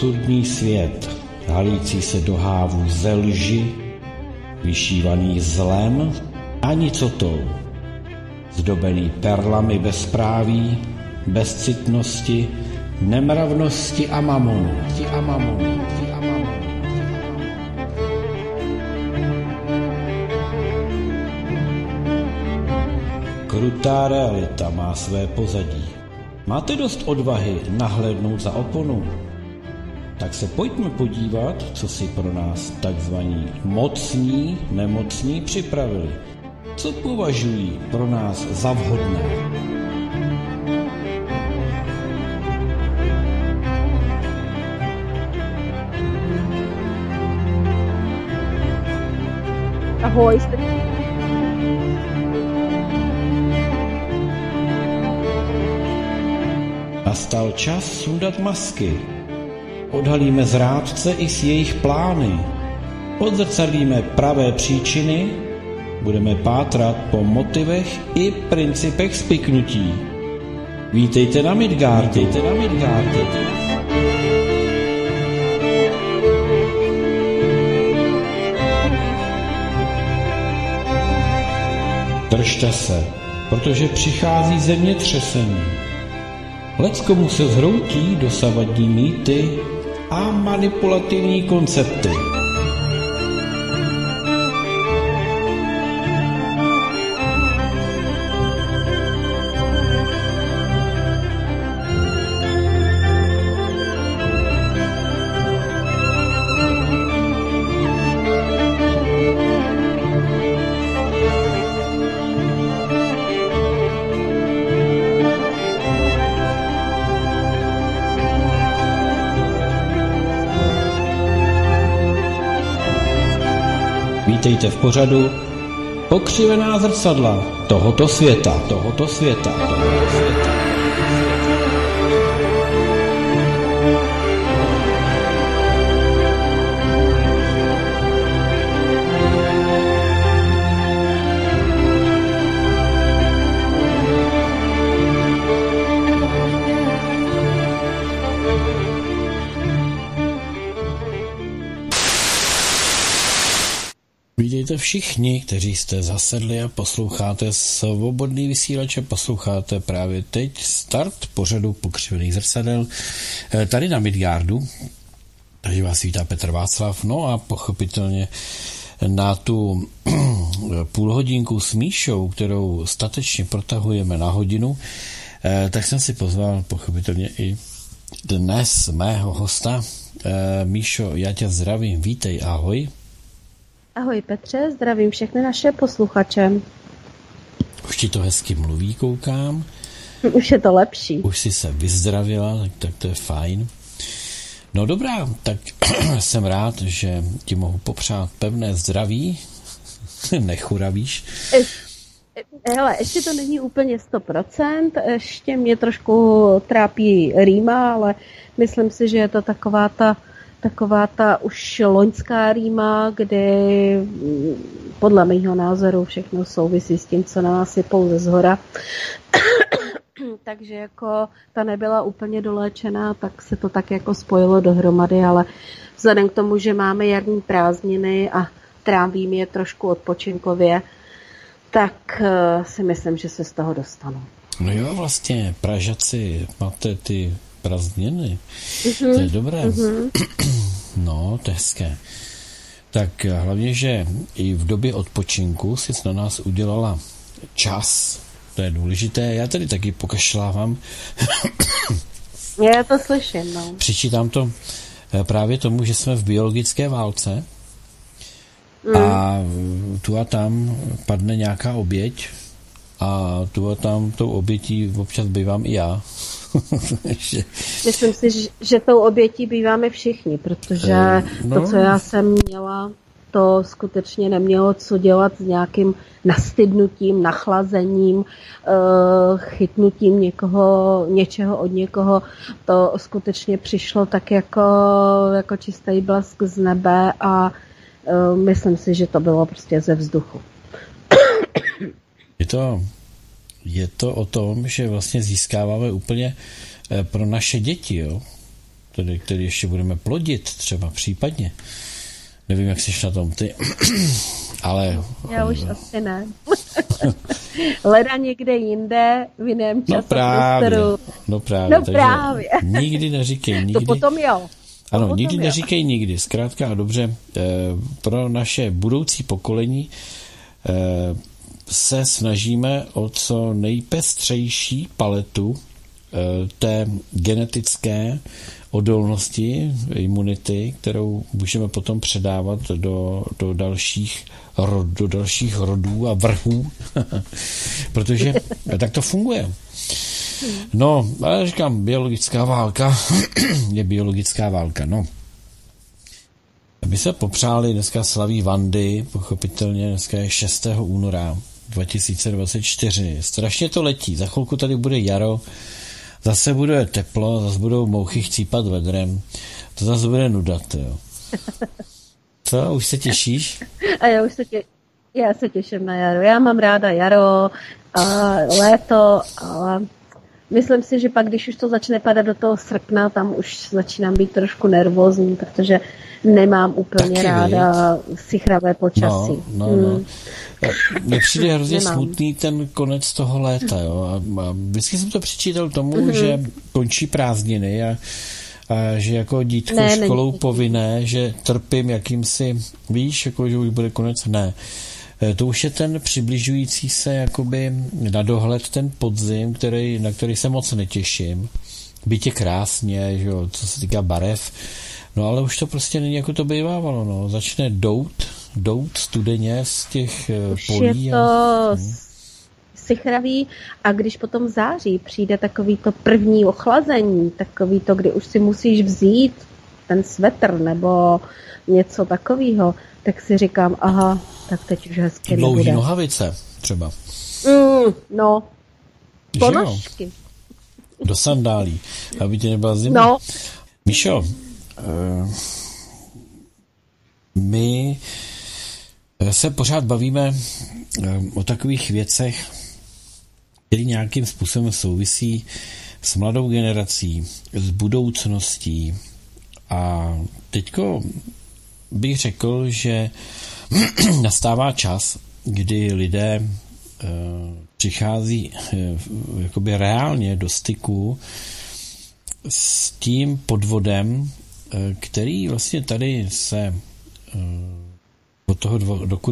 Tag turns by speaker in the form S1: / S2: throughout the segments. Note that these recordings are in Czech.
S1: absurdní svět, halící se do hávů ze lži, vyšívaný zlem a nicotou, zdobený perlami bezpráví, bezcitnosti, nemravnosti a mamonu. Krutá realita má své pozadí. Máte dost odvahy nahlédnout za oponu? Tak se pojďme podívat, co si pro nás takzvaní mocní, nemocní připravili. Co považují pro nás za vhodné?
S2: Ahoj.
S1: Nastal čas sundat masky. Odhalíme zrádce i s jejich plány. Odzrcadlíme pravé příčiny. Budeme pátrat po motivech i principech spiknutí. Vítejte na Midgardu. Držte se, protože přichází zemětřesení. Leckomu se zhroutí dosavadní mýty a manipulativní koncepty. Vítejte v pořadu Pokřivená zrcadla tohoto světa. Vítejte všichni, kteří jste zasedli a posloucháte Svobodný vysílač a posloucháte právě teď start pořadu Pokřivených zrcadel tady na Midgardu. Takže vás vítá Petr Václav, no a pochopitelně na tu půlhodinku s Míšou, kterou statečně protahujeme na hodinu, tak jsem si pozval pochopitelně i dnes mého hosta. Míšo, já tě zdravím, vítej, ahoj.
S2: Ahoj Petře, zdravím všechny naše posluchače.
S1: Už ti to hezky mluví, koukám.
S2: Už je to lepší.
S1: Už jsi se vyzdravila, tak to je fajn. No dobrá, tak jsem rád, že ti mohu popřát pevné zdraví. Nechuravíš.
S2: Hele, ještě to není úplně 100%, ještě mě trošku trápí rýma, ale myslím si, že je to taková ta už loňská rýma, kdy podle mého názoru všechno souvisí s tím, co na nás sypou ze zhora. Takže jako ta nebyla úplně doléčená, tak se to tak jako spojilo dohromady, ale vzhledem k tomu, že máme jarní prázdniny a trávím je trošku odpočinkově, tak si myslím, že se z toho dostanu.
S1: No jo, vlastně Pražaci máte ty prázdniny. To je dobré. No, to je hezké. Tak hlavně, že i v době odpočinku jsi na nás udělala čas. To je důležité. Já tady taky pokašlávám.
S2: Já to slyším, no.
S1: Přičítám to právě tomu, že jsme v biologické válce a tu a tam padne nějaká oběť a tu a tam tou obětí občas bývám i já.
S2: Myslím si, že tou obětí býváme všichni, protože to, co já jsem měla, to skutečně nemělo co dělat s nějakým nastydnutím, nachlazením, chytnutím něčeho od někoho. To skutečně přišlo tak jako čistý blesk z nebe a myslím si, že to bylo prostě ze vzduchu.
S1: Je to o tom, že vlastně získáváme úplně pro naše děti, jo? tedy, který ještě budeme plodit třeba případně. Nevím, jak jsi na tom ty, ale...
S2: Já už asi ne. Leda někde jinde, v jiném časoprostoru.
S1: No právě.
S2: No právě.
S1: Nikdy neříkej nikdy.
S2: To potom jo.
S1: Ano, nikdy neříkej nikdy. Zkrátka a dobře, pro naše budoucí pokolení se snažíme o co nejpestřejší paletu té genetické odolnosti, imunity, kterou můžeme potom předávat do dalších rodů a vrhů, protože tak to funguje. No, ale říkám, biologická válka je biologická válka, no. My se popřáli, dneska slaví Vandy, pochopitelně dneska je 6. února 2024. Strašně to letí, za chvilku tady bude jaro, zase bude teplo, zase budou mouchy chcípat vedrem, to zase bude nudat, jo. Co, už se těšíš?
S2: A já se těším na jaro. Já mám ráda jaro a léto, ale myslím si, že pak, když už to začne padat do toho srpna, tam už začínám být trošku nervózní, protože nemám úplně ráda sichravé počasí.
S1: No. Mně přijde hrozně smutný ten konec toho léta, jo. A vždycky jsem to přičítal tomu, že končí prázdniny a že jako dítko školou povinné, že trpím jakýmsi, víš, jako že už bude konec, ne. To už je ten přibližující se jakoby na dohled ten podzim, na který se moc netěším. Byť je krásně, že jo, co se týká barev, no ale už to prostě není, jako to bývávalo, no. Začne dout studeně z těch polí.
S2: Je to sichravý a když potom v září přijde takový to první ochlazení, takový to, kdy už si musíš vzít ten svetr nebo něco takového, tak si říkám, aha, tak teď už hezky
S1: dlouhý
S2: nebude.
S1: Nohavice třeba.
S2: No, ponožky.
S1: Do sandálí, aby ti nebyla zima.
S2: No.
S1: Míšo, my se pořád bavíme o takových věcech, které nějakým způsobem souvisí s mladou generací, s budoucností. A teďko bych řekl, že nastává čas, kdy lidé přichází jakoby reálně do styku s tím podvodem, který vlastně tady se od toho roku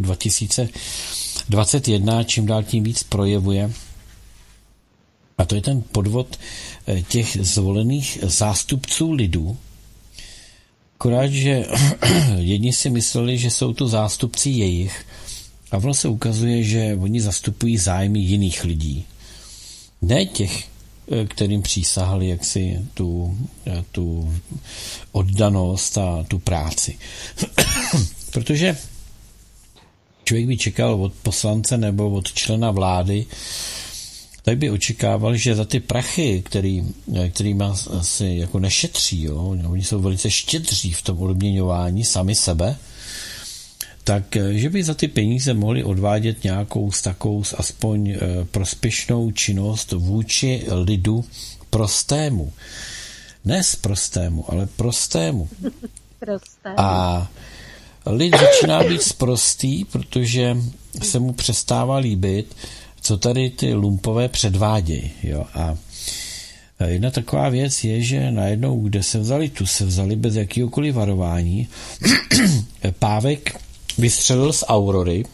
S1: 2021 čím dál tím víc projevuje. A to je ten podvod těch zvolených zástupců lidu. Akorát, že jedni si mysleli, že jsou to zástupci jejich, a ono se ukazuje, že oni zastupují zájmy jiných lidí. Ne těch, kterým přísahali jaksi tu oddanost a tu práci. Protože člověk by čekal od poslance nebo od člena vlády, tak by očekával, že za ty prachy, který asi jako nešetří, jo, oni jsou velice štědří v tom odměňování sami sebe, tak že by za ty peníze mohli odvádět nějakou takovou aspoň prospěšnou činnost vůči lidu prostému. Ne sprostému, ale prostému. A lid začíná být sprostý, protože se mu přestává líbit, co tady ty lumpové předvádějí. Jo? A jedna taková věc je, že najednou, kde se vzali, tu se vzali bez jakýhokoliv varování. Pávek vystřelil z Aurory.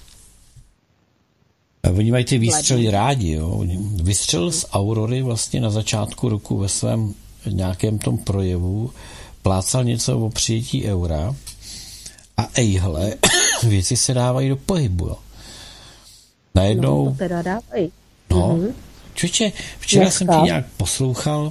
S1: Oni mají ty výstřely rádi. Jo? Vystřelil z Aurory vlastně na začátku roku ve svém nějakém tom projevu, plácal něco o přijetí eura a ejhle, věci se dávají do pohybu. Jo? Najednou...
S2: No, to teda dávají.
S1: No, čoče, včera jsem ti nějak poslouchal,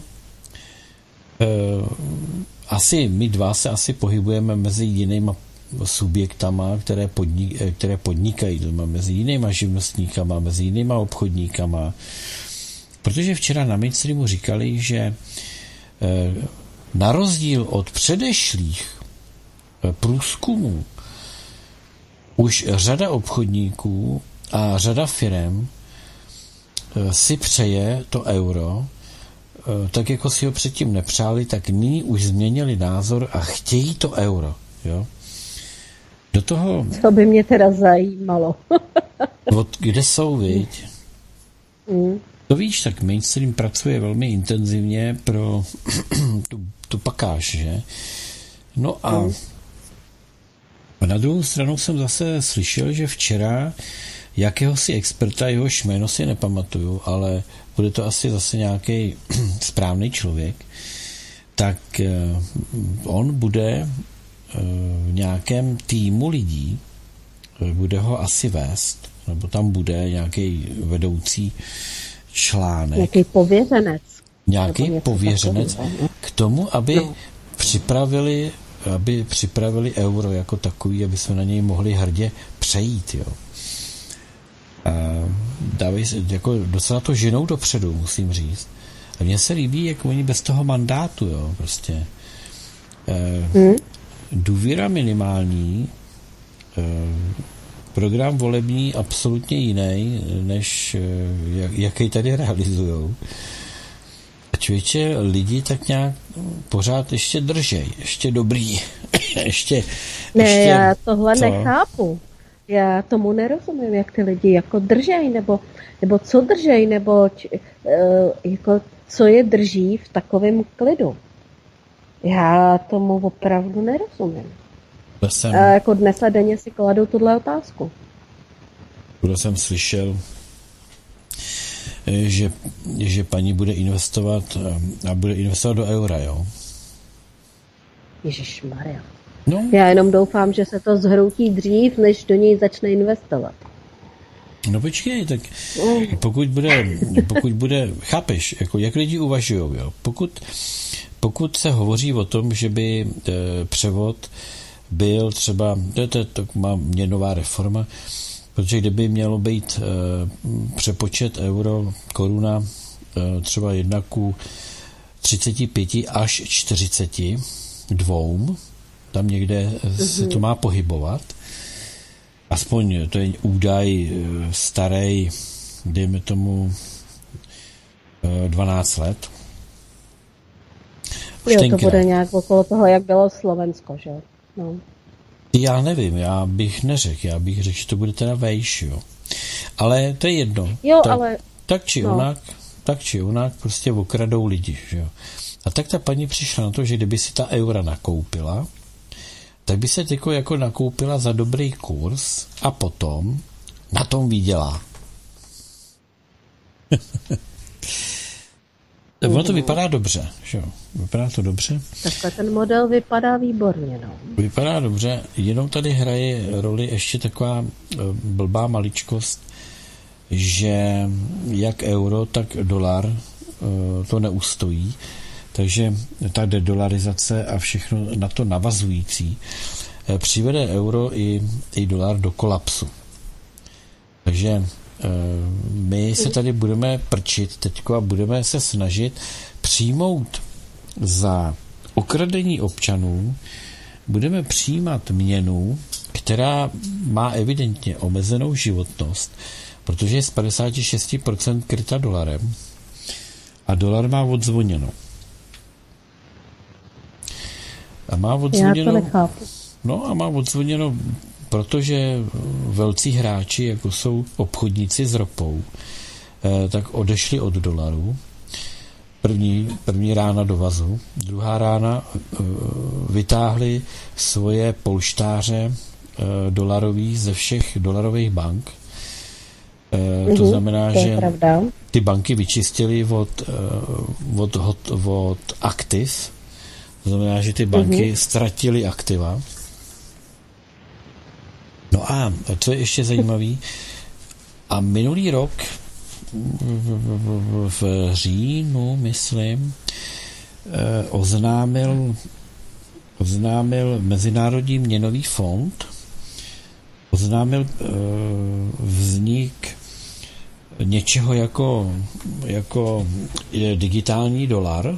S1: asi my dva se asi pohybujeme mezi jinýma subjektama, které podnikají, mezi jinýma živnostníkama, mezi jinýma obchodníkama, protože včera na mainstreamu říkali, že na rozdíl od předešlých průzkumů už řada obchodníků a řada firem si přeje to euro tak jako si ho předtím nepřáli, tak nyní už změnili názor a chtějí to euro. Jo? Do toho...
S2: To by mě teda zajímalo.
S1: Kde jsou, viď? To víš, tak mainstream pracuje velmi intenzivně pro tu pakáž, že? No a na druhou stranu jsem zase slyšel, že včera jakéhosi experta, jehož jméno si nepamatuju, ale bude to asi zase nějaký správný člověk, tak on bude v nějakém týmu lidí, bude ho asi vést, nebo tam bude nějaký vedoucí článek.
S2: Nějaký pověřenec.
S1: Nějaký pověřenec k tomu, aby připravili euro jako takový, aby jsme na něj mohli hrdě přejít, jo. Dávají se, jako docela to ženou dopředu, musím říct. A mně se líbí, jak oni bez toho mandátu, jo, prostě. Důvěra minimální, program volební absolutně jiný, než jaký tady realizujou. A člověče, lidi tak nějak pořád ještě držej, ještě dobrý, ještě...
S2: Já tohle nechápu. Já tomu nerozumím, jak ty lidi jako držej, nebo co držej, nebo jako co je drží v takovém klidu. Já tomu opravdu nerozumím. A jako dnes a denně si kladou tuhle otázku.
S1: Kdo jsem slyšel, že paní bude investovat do eura, jo?
S2: Ježišmarja. No. Já jenom doufám, že se to zhroutí dřív, než do něj začne investovat.
S1: No počkej, tak pokud bude, chápeš, jako jak lidi uvažujou, jo? Pokud se hovoří o tom, že by převod byl třeba, to má měnová reforma, protože kdyby mělo být přepočet euro koruna třeba 1:35 až 42, tam někde se to má pohybovat. Aspoň to je údaj starý, dejme tomu 12 let.
S2: Jo, to bude nějak okolo toho, jak bylo Slovensko, že? No.
S1: Já nevím, já bych neřekl, že to bude teda vejš, jo. Ale to je jedno.
S2: Jo, ale...
S1: Tak či onak prostě okradou lidi, že jo. A tak ta paní přišla na to, že kdyby si ta eura nakoupila, tak by se tyko jako nakoupila za dobrý kurz a potom na tom vydělá. Ono to vypadá dobře, že jo? Vypadá to dobře.
S2: Takhle ten model vypadá výborně, no.
S1: Vypadá dobře, jenom tady hraje roli ještě taková blbá maličkost, že jak euro, tak dolar to neustojí, takže ta dedolarizace a všechno na to navazující přivede euro i dolar do kolapsu. Takže my se tady budeme prčit teďko a budeme se snažit přijmout za okradení občanů, budeme přijímat měnu, která má evidentně omezenou životnost, protože je z 56% kryta dolarem a dolar má odzvoněno. A má odzvoněno,
S2: já to nechápu.
S1: No a má odzvoněno, protože velcí hráči, jako jsou obchodníci s ropou, tak odešli od dolaru. První rána do vazu, druhá rána vytáhli svoje polštáře dolarový ze všech dolarových bank. To znamená, že ty banky vyčistili od aktiv. To znamená, že ty banky ztratily aktiva. No a co je ještě zajímavý, a minulý rok v říjnu, myslím, oznámil Mezinárodní měnový fond, oznámil vznik něčeho jako digitální dolar,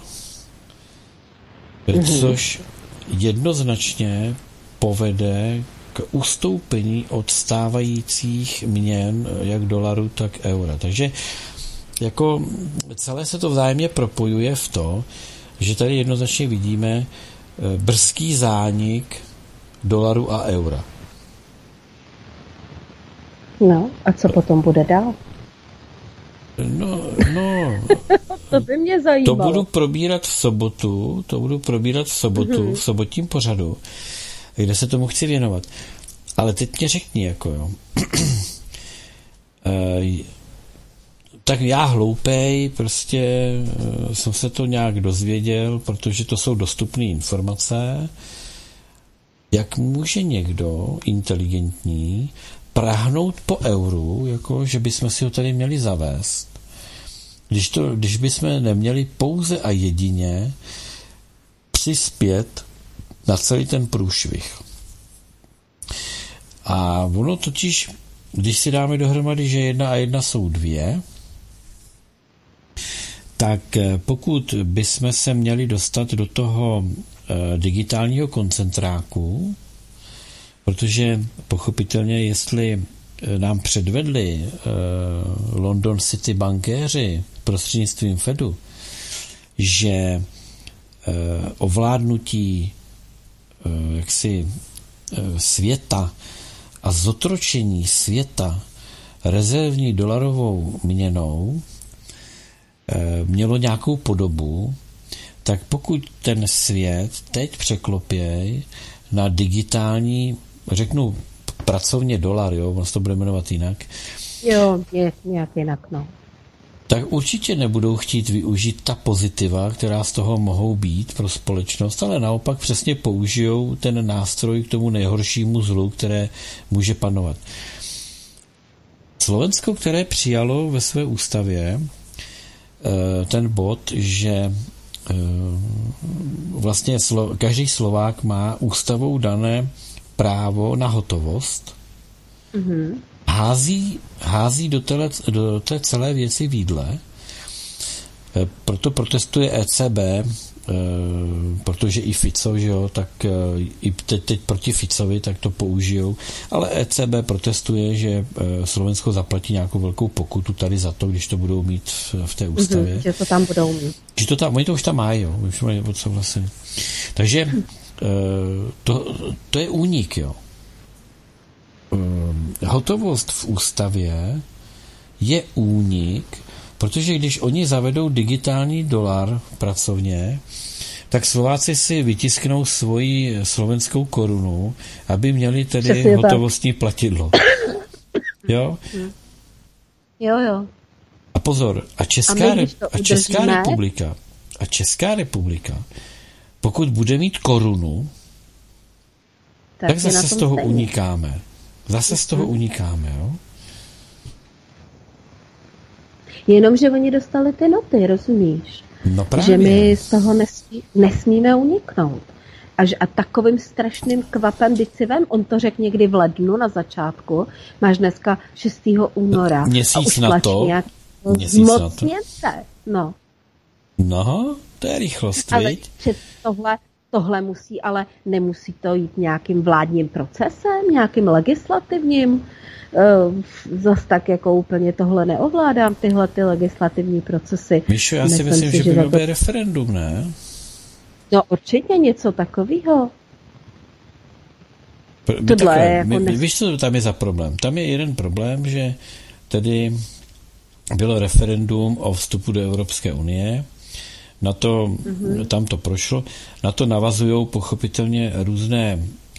S1: což jednoznačně povede k ustoupení od stávajících měn, jak dolaru, tak eura. Takže jako celé se to vzájemně propojuje v to, že tady jednoznačně vidíme brzký zánik dolaru a eura.
S2: No, a co potom bude dál?
S1: No,
S2: to by mě zajímalo.
S1: To budu probírat v sobotu, v sobotním pořadu, kde se tomu chci věnovat. Ale teď mě řekni, jako jo. Tak já hloupej, prostě jsem se to nějak dozvěděl, protože to jsou dostupné informace. Jak může někdo inteligentní prahnout po euru, jako že bychom si ho tady měli zavést, když bychom neměli pouze a jedině přispět na celý ten průšvih. A ono totiž, když si dáme dohromady, že 1 a 1 jsou 2, tak pokud bychom se měli dostat do toho digitálního koncentráku, protože pochopitelně, jestli nám předvedli London City bankéři prostřednictvím Fedu, že ovládnutí světa a zotročení světa rezervní dolarovou měnou mělo nějakou podobu, tak pokud ten svět teď překlopěj na digitální, řeknu pracovně dolar, jo, ono se to bude jmenovat jinak.
S2: Jo, je nějak jinak, no.
S1: Tak určitě nebudou chtít využít ta pozitiva, která z toho mohou být pro společnost, ale naopak přesně použijou ten nástroj k tomu nejhoršímu zlu, které může panovat. Slovensko, které přijalo ve své ústavě ten bod, že vlastně každý Slovák má ústavou dané právo na hotovost, hází do té celé věci vidle, proto protestuje ECB, protože i Fico, že jo, tak i teď proti Ficovi, tak to použijou, ale ECB protestuje, že Slovensko zaplatí nějakou velkou pokutu tady za to, když to budou mít v té ústavě.
S2: Že to tam budou mít.
S1: Že to tam, oni to už tam mají, jo, už mají odsouhlasený. Takže to je únik, jo. Hotovost v ústavě je únik, protože když oni zavedou digitální dolar pracovně, tak Slováci si vytisknou svoji slovenskou korunu, aby měli tedy přesně hotovostní platidlo. Jo?
S2: Jo.
S1: A pozor, Česká republika, pokud bude mít korunu, tak zase z toho unikáme. Jo?
S2: Jenomže oni dostali ty noty, rozumíš?
S1: No právě.
S2: Že my z toho nesmíme uniknout. A takovým strašným kvapem, když si vem, on to řekl někdy v lednu na začátku, máš dneska 6. února.
S1: Měsíc na to.
S2: Zmocněnce.
S1: No, to je rychlost,
S2: ale tohle musí, ale nemusí to jít nějakým vládním procesem, nějakým legislativním. Zas tak jako úplně tohle neovládám, tyhle ty legislativní procesy.
S1: Míšo, já si myslím, že by měl být referendum, ne?
S2: No určitě něco takového.
S1: Víš, co tam je za problém? Tam je jeden problém, že tedy bylo referendum o vstupu do Evropské unie, na to, tam to prošlo, na to navazují pochopitelně různé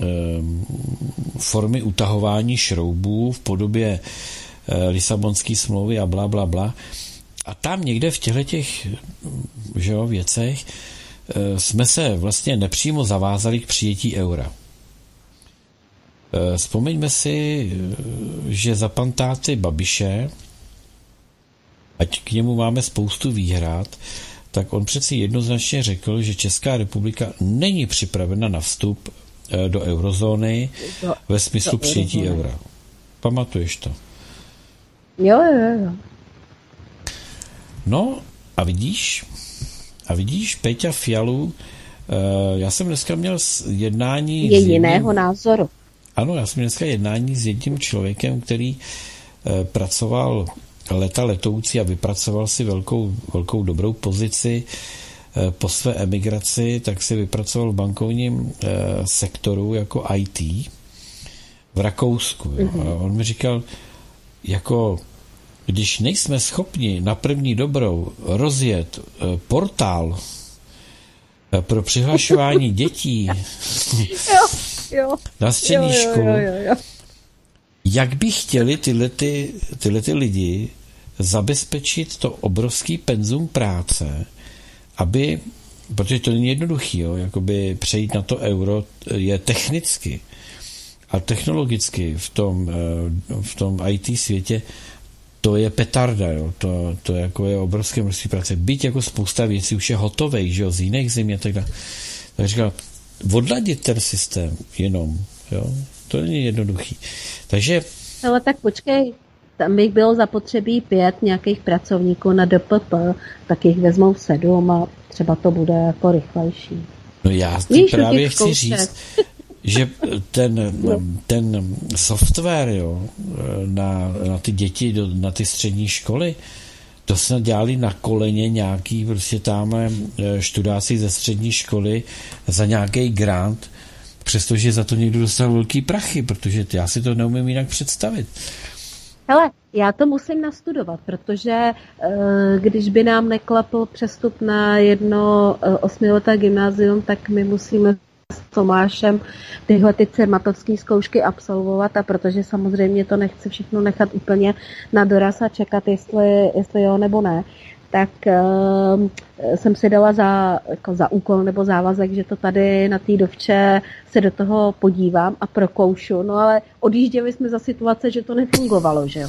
S1: formy utahování šroubů v podobě Lisabonské smlouvy a bla, bla, bla. A tam někde v těch věcech jsme se vlastně nepřímo zavázali k přijetí eura. Vzpomeňme si, že za pantáty Babiše, ať k němu máme spoustu výhrad, tak on přeci jednoznačně řekl, že Česká republika není připravena na vstup do eurozóny ve smyslu přijetí eura. Pamatuješ to?
S2: Jo.
S1: No a vidíš, Péťa Fialu, já jsem dneska měl jednání...
S2: Je jiného názoru.
S1: Ano, já jsem dneska jednání s jedním člověkem, který pracoval leta letoucí a vypracoval si velkou dobrou pozici po své emigraci, tak si vypracoval v bankovním sektoru jako IT v Rakousku. A on mi říkal, jako když nejsme schopni na první dobrou rozjet portál pro přihlašování dětí na střední školu, jak by chtěli tyhle lidi zabezpečit to obrovský penzum práce, aby, protože to není jednoduchý, jakoby přejít na to euro je technicky a technologicky v tom IT světě to je petarda, jo. To jako je obrovské množství práce. Byť jako spousta věcí už je hotovej, že jo, z jiných zemí a tak dále. Tak říkal, odladit ten systém jenom, jo, to není jednoduchý. Takže...
S2: Ale tak počkej, tam bych bylo zapotřebí 5 nějakých pracovníků na DPP, tak jich vezmou 7 a třeba to bude jako rychlejší.
S1: No já ti právě chci říct, že ten software, jo, na ty děti, na ty střední školy, to snad dělali na koleně nějaký, prostě tamhle študáci ze střední školy za nějaký grant, přestože za to někdo dostal velký prachy, protože já si to neumím jinak představit.
S2: Hele, já to musím nastudovat, protože když by nám neklapl přestup na jedno 8leté gymnázium, tak my musíme s Tomášem tyhle ty cermatovské zkoušky absolvovat, a protože samozřejmě to nechci všechno nechat úplně na doraz a čekat, jestli jo nebo ne, tak jsem si dala za úkol nebo závazek, že to tady na té dovče se do toho podívám a prokoušu. No ale odjížděli jsme za situace, že to nefungovalo, že jo.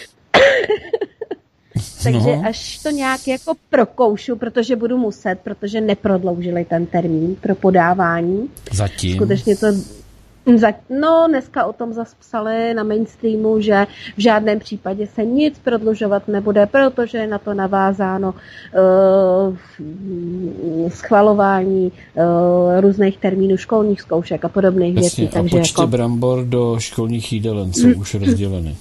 S2: Takže až to nějak jako prokoušu, protože budu muset, protože neprodloužili ten termín pro podávání.
S1: Zatím.
S2: Skutečně to... No, dneska o tom zase psali na mainstreamu, že v žádném případě se nic prodlužovat nebude, protože je na to navázáno schvalování různých termínů školních zkoušek a podobných věcí.
S1: A počty jako... brambor do školních jídelen jsou už rozděleny.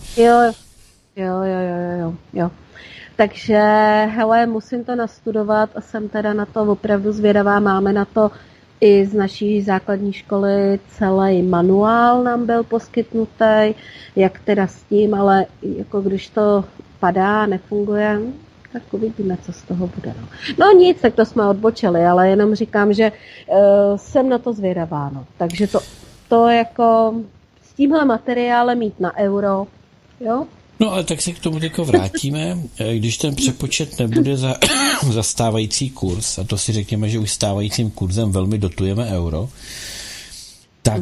S2: Jo. Takže, hele, musím to nastudovat a jsem teda na to opravdu zvědavá. Máme na to i z naší základní školy celý manuál nám byl poskytnutý, jak teda s tím, ale jako když to padá, nefunguje, tak uvidíme, co z toho bude. No nic, tak to jsme odbočili, ale jenom říkám, že jsem na to zvědavá. No. Takže to jako s tímhle materiálem mít na euro, jo?
S1: No ale tak se k tomu teďko vrátíme, když ten přepočet nebude za stávající kurz, a to si řekněme, že už stávajícím kurzem velmi dotujeme euro, tak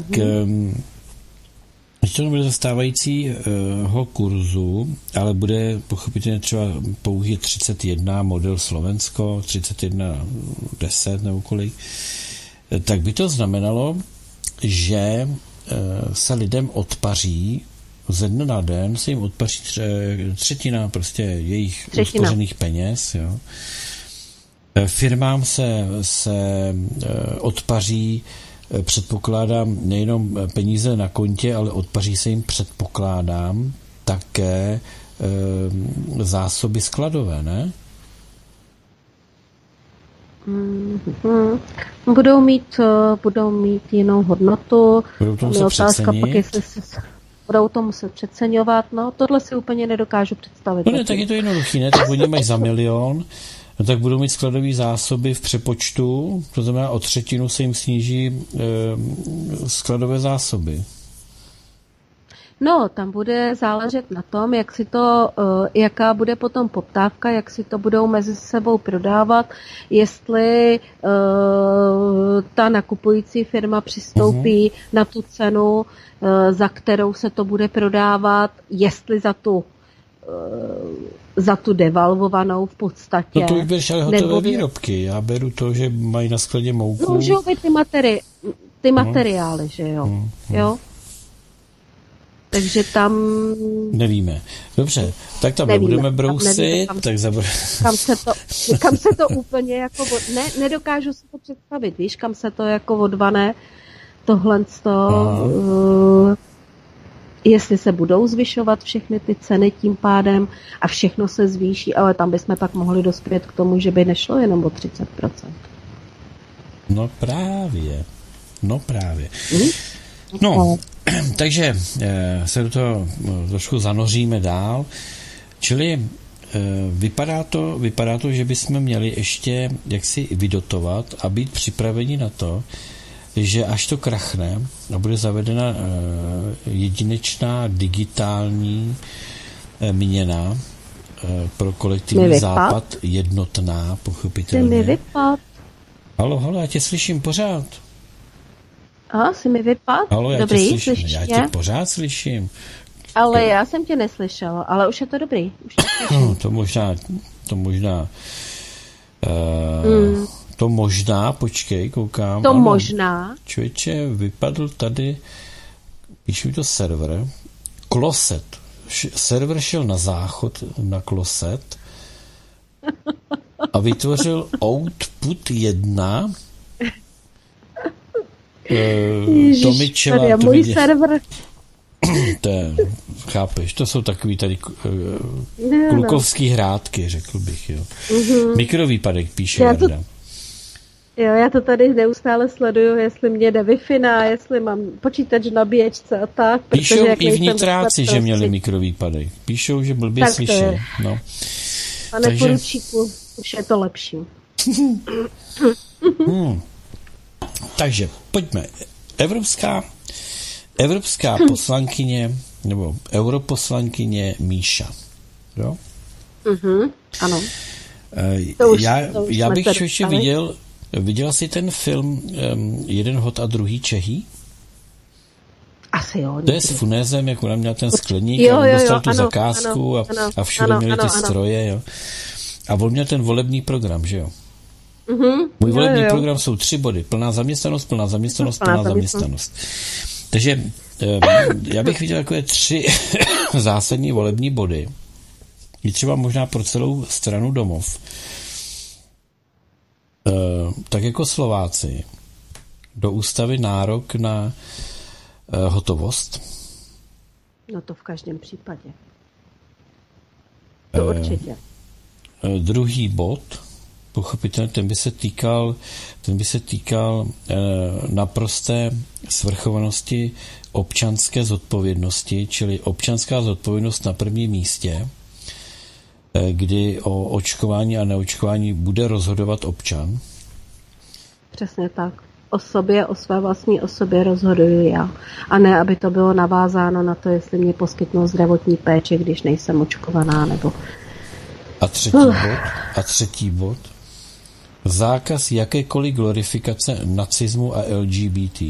S1: když to nebude za stávajícího kurzu, ale bude pochopitelně třeba pouhý 31 model Slovensko, 3110 nebo kolik, tak by to znamenalo, že se lidem odpaří ze dne na den se jim odpaří třetina prostě jejich uspořených peněz. Jo. Firmám se odpaří, předpokládám, nejenom peníze na kontě, ale odpaří se jim, předpokládám, také zásoby skladové, ne?
S2: Budou mít jinou hodnotu.
S1: Budou to muset přecenit.
S2: Budou to muset přeceňovat, no tohle si úplně nedokážu představit.
S1: No ne, tak je to jednoduchý, ne? Tak oni mají za 1 milion, no tak budou mít skladové zásoby v přepočtu, to znamená o 1/3 se jim sníží skladové zásoby.
S2: No, tam bude záležet na tom, jaká bude potom poptávka, jak si to budou mezi sebou prodávat, jestli ta nakupující firma přistoupí na tu cenu, za kterou se to bude prodávat, jestli za tu devalvovanou v podstatě.
S1: No to už budeš ale hotové výrobky. Já beru to, že mají na skladě mouku.
S2: No, můžou být ty materiály, že jo. Jo? Takže tam...
S1: Nevíme. Dobře, tak tam nebudeme brousit.
S2: Kam se to úplně jako... Nedokážu si to představit, víš, kam se to jako odvane tohle z toho... jestli se budou zvyšovat všechny ty ceny tím pádem a všechno se zvýší, ale tam bychom pak mohli dospět k tomu, že by nešlo jenom o 30%.
S1: No právě. No, takže se do toho trošku zanoříme dál. Čili vypadá to, že bychom měli ještě jaksi vydotovat a být připraveni na to, že až to krachne a bude zavedena jedinečná digitální měna pro kolektivní západ, jednotná, pochopitelně. Halo, já tě slyším pořád.
S2: Aha, jsi mi vypadl?
S1: Halo,
S2: dobrý,
S1: já tě pořád slyším.
S2: Ale já jsem tě neslyšela, ale už je to dobrý. Už
S1: to možná, počkej, koukám.
S2: To možná.
S1: Člověče, vypadl tady, píšu mi to server, Kloset. Server šel na záchod, na Kloset a vytvořil Output 1.
S2: Ježišmarja, můj server.
S1: Chápeš, to jsou takový tady klukovský hrádky, řekl bych, jo. Mikrovýpadek, píše Jarda.
S2: Já to tady neustále sleduju, jestli mě jde Wi-Fi, jestli mám počítač na bíječce a tak.
S1: Píšou i vnitráci, že měli mikrovýpadek. Píšou, že blbě slyšeli. No.
S2: Pane poručíku, už je to lepší.
S1: Takže pojďme. Evropská poslankyně nebo europoslankyně Míša. Jo?
S2: Ano.
S1: Já bych ještě viděla jsi ten film Jeden hod a druhý Čehý?
S2: Asi jo.
S1: To je s Funézem, jak ona měla ten skleník a on dostal tu zakázku a všude měli ty stroje. Jo? A on měl ten volební program, že jo? Můj volební program jsou 3 body. Plná zaměstnanost. Takže já bych viděl takové 3 zásadní volební body. Je třeba možná pro celou stranu Domov. Tak jako Slováci do ústavy nárok na hotovost.
S2: No to v každém případě. To určitě.
S1: Druhý bod, pochopitelně, ten by se týkal naprosté svrchovanosti občanské zodpovědnosti, čili občanská zodpovědnost na prvním místě, kdy o očkování a neočkování bude rozhodovat občan.
S2: Přesně tak. O své vlastní osobě rozhoduju já. A ne, aby to bylo navázáno na to, jestli mě poskytnou zdravotní péči, když nejsem očkovaná, nebo...
S1: A třetí bod. Zákaz jakékoliv glorifikace nacismu a LGBT.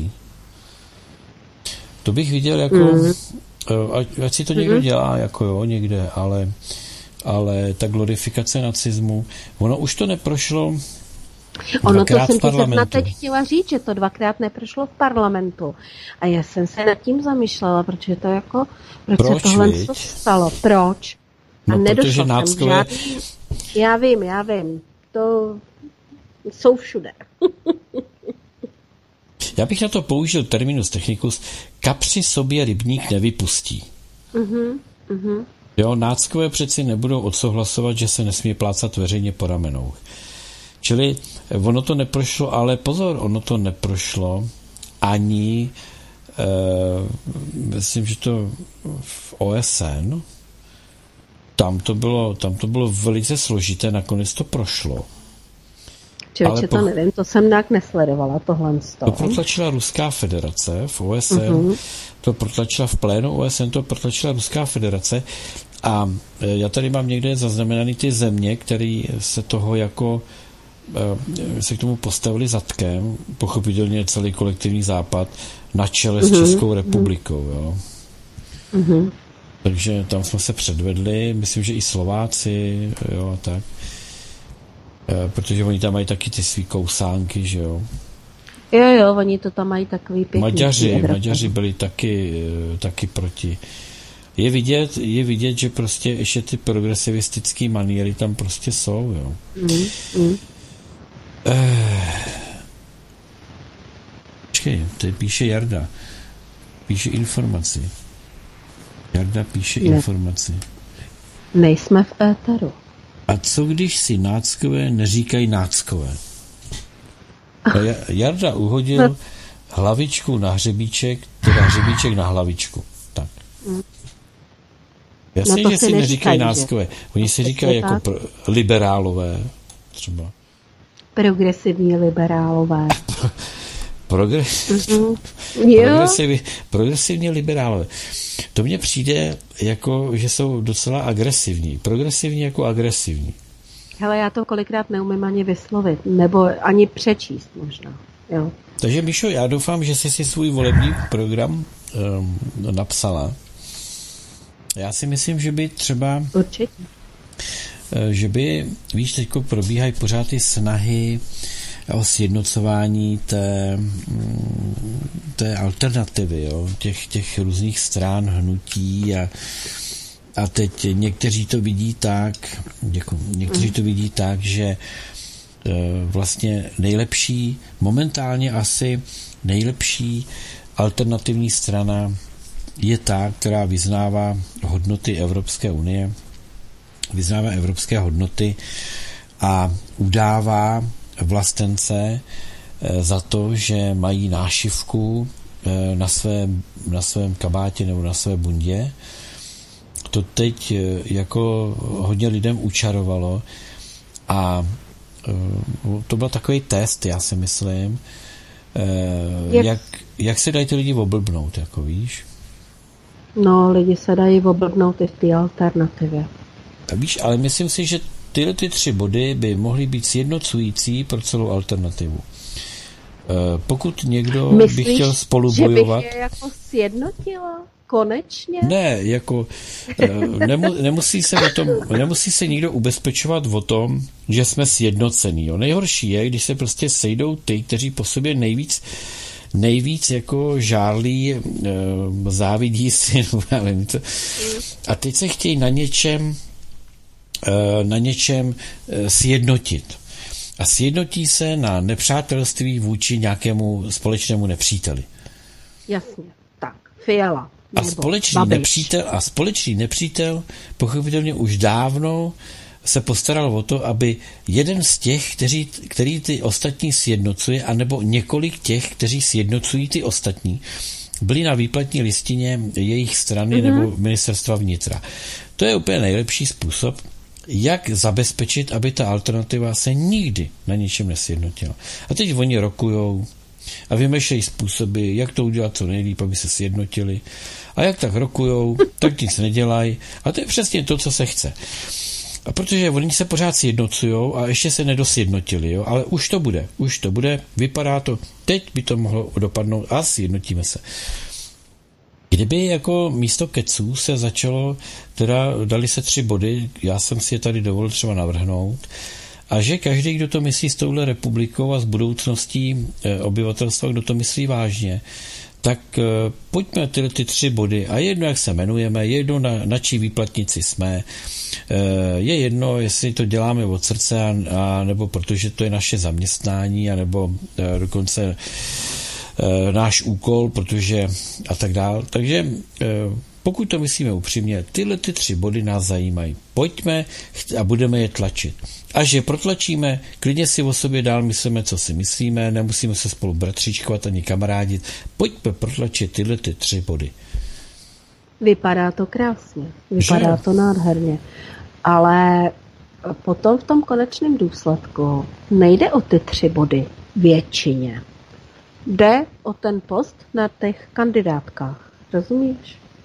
S1: To bych viděl jako... Ať si to někdo dělá, jako jo, někde, ale ta glorifikace nacismu, ono už to neprošlo dvakrát v parlamentu.
S2: Ono to jsem teď chtěla říct, že to 2krát neprošlo v parlamentu. A já jsem se nad tím zamýšlela, protože to jako... Proč se tohle stalo? Proč?
S1: No,
S2: a nedošlo jsem žádný... Já vím. To jsou všude.
S1: Já bych na to použil terminus technicus, kapři sobě rybník nevypustí. Jo, náckové přeci nebudou odsouhlasovat, že se nesmí plácat veřejně po ramenou. Čili ono to neprošlo, ale pozor, ono to neprošlo ani myslím, že to v OSN, tam to bylo velice složité, nakonec to prošlo.
S2: Člověče, to nevím, to jsem nějak nesledovala, tohle.
S1: To protlačila Ruská federace v OSN, to protlačila v plénu OSN, to protlačila Ruská federace a já tady mám někde zaznamenaný ty země, které se toho jako se k tomu postavili zadkem, pochopitelně celý kolektivní západ na čele s Českou republikou, jo. Takže tam jsme se předvedli, myslím, že i Slováci, jo, tak. Protože oni tam mají taky ty svý kousánky, že jo.
S2: Jo, oni to tam mají takový pěkný.
S1: Maďaři byli taky proti. Je vidět, že prostě ještě ty progresivistické maníry tam prostě jsou, jo. Počkej, tady píše Jarda. Píše informaci. Jarda píše informaci.
S2: Nejsme v éteru.
S1: A co když si náckové neříkají náckové? Jarda uhodil hlavičku na hřebíček, teda hřebíček na hlavičku. Tak. Jasně, že si neříkají náckové. Oni si říkají jako liberálové třeba.
S2: Progresivní liberálové.
S1: Progresivní liberálové. To mně přijde jako, že jsou docela agresivní. Progresivní jako agresivní.
S2: Hele, já to kolikrát neumím ani vyslovit, nebo ani přečíst možná. Jo.
S1: Takže Míšo, já doufám, že jsi si svůj volební program napsala. Já si myslím, že by třeba...
S2: Určitě.
S1: Že by, víš, teďko probíhají pořád ty snahy o sjednocování té alternativy, jo? Těch různých stran, hnutí a teď někteří to vidí tak, že vlastně momentálně asi nejlepší alternativní strana je ta, která vyznává hodnoty Evropské unie, vyznává evropské hodnoty a udává vlastence za to, že mají nášivku na svém kabátě nebo na své bundě. To teď jako hodně lidem učarovalo a to byl takový test, já si myslím, jak se dají ty lidi oblbnout, jako víš?
S2: No, lidi se dají oblbnout i v té alternativě.
S1: Víš, ale myslím si, že tyhle 3 body by mohly být sjednocující pro celou alternativu. Pokud někdo by chtěl spolu bojovat...
S2: Myslíš, že bych je jako sjednotila? Konečně?
S1: Ne, jako nemusí se nikdo ubezpečovat o tom, že jsme sjednocení. Jo. Nejhorší je, když se prostě sejdou ty, kteří po sobě nejvíc jako žárlí, závidí si, nevím, a teď se chtějí na něčem sjednotit. A sjednotí se na nepřátelství vůči nějakému společnému nepříteli.
S2: Jasně, tak, Fiala.
S1: A společný nepřítel pochopitelně už dávno se postaral o to, aby jeden z těch, který ty ostatní sjednocuje, anebo několik těch, kteří sjednocují ty ostatní, byli na výplatní listině jejich strany nebo ministerstva vnitra. To je úplně nejlepší způsob, jak zabezpečit, aby ta alternativa se nikdy na ničem nesjednotila. A teď oni rokujou a vymýšlejí způsoby, jak to udělat co nejlíp, aby se sjednotili. A jak tak rokujou, tak nic nedělají. A to je přesně to, co se chce. A protože oni se pořád sjednocujou a ještě se nedosjednotili, jo? Ale už to bude, vypadá to, teď by to mohlo dopadnout a sjednotíme se. Kdyby jako místo keců se začalo, teda dali se 3 body, já jsem si je tady dovolil třeba navrhnout, a že každý, kdo to myslí s touhle republikou a s budoucností obyvatelstva, kdo to myslí vážně, tak pojďme tyhle 3 body a jedno, jak se jmenujeme, je jedno, na čí výplatnici jsme, je jedno, jestli to děláme od srdce, a nebo protože to je naše zaměstnání, anebo dokonce náš úkol, protože a tak dál. Takže pokud to myslíme upřímně, tyhle 3 body nás zajímají. Pojďme a budeme je tlačit. Až je protlačíme, klidně si o sobě dál myslíme, co si myslíme, nemusíme se spolu bratříčkovat ani kamarádit. Pojďme protlačit tyhle 3 body.
S2: Vypadá to krásně, vypadá to nádherně. Ale potom v tom konečném důsledku nejde o ty 3 body většině. Jde o ten post na těch kandidátkách. Rozumíš?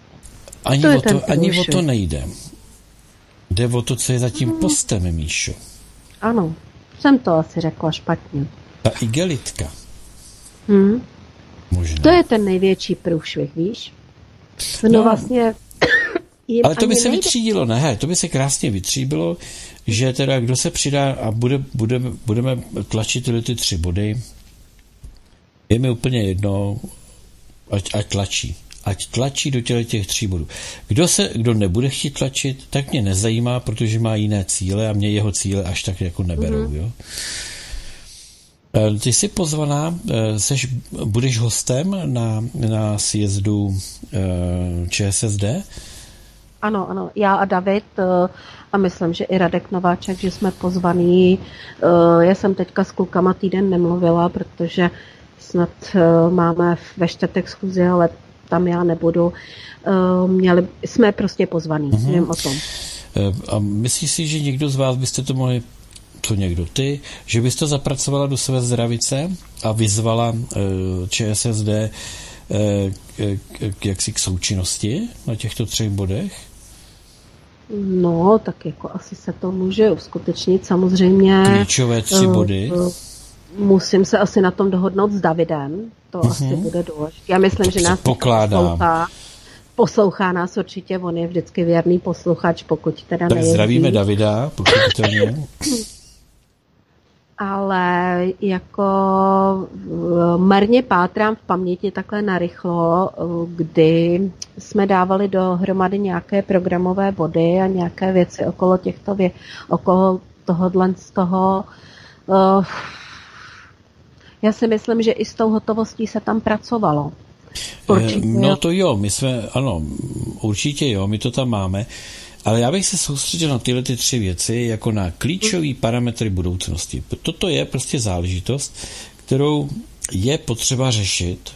S1: Ani o to nejde. Jde o to, co je za tím postem, Míšo.
S2: Ano, jsem to asi řekla špatně.
S1: Ta igelitka. Možná.
S2: To je ten největší průšvih, víš? No vlastně...
S1: Ale to by se vytřídilo, to by se krásně vytříbilo, že teda kdo se přidá a budeme tlačit tyhle 3 body, je mi úplně jedno, ať tlačí do těch 3 bodů. Kdo nebude chtít tlačit, tak mě nezajímá, protože má jiné cíle a mě jeho cíle až tak jako neberou. Jo? Ty jsi pozvaná, budeš hostem na sjezdu ČSSD
S2: Ano, já a David a myslím, že i Radek Nováček, že jsme pozvaný. Já jsem teďka s klukama týden nemluvila, protože snad máme ve čtvrtek schůzi, ale tam já nebudu. Jsme prostě pozvaný, nevím o tom.
S1: A myslíš si, že někdo z vás byste to mohli, to někdo ty, že byste zapracovala do své zdravice a vyzvala ČSSD jaksi k součinnosti na těchto 3 bodech?
S2: No, tak jako asi se to může uskutečnit, samozřejmě.
S1: Klíčové 3 body.
S2: Musím se asi na tom dohodnout s Davidem, to asi bude důležité. Já myslím, že nás poslouchá nás určitě, on je vždycky věrný posluchač, pokud teda
S1: tak zdravíme Davida, pochopitelně.
S2: Ale jako marně pátrám v paměti takhle narychlo, kdy jsme dávali dohromady nějaké programové body a nějaké věci okolo těchto okolo tohodle z toho. Já si myslím, že i s tou hotovostí se tam pracovalo.
S1: Určitě. No to jo, ano, určitě jo, my to tam máme. Ale já bych se soustředil na tyhle 3 věci jako na klíčové parametry budoucnosti. Toto je prostě záležitost, kterou je potřeba řešit.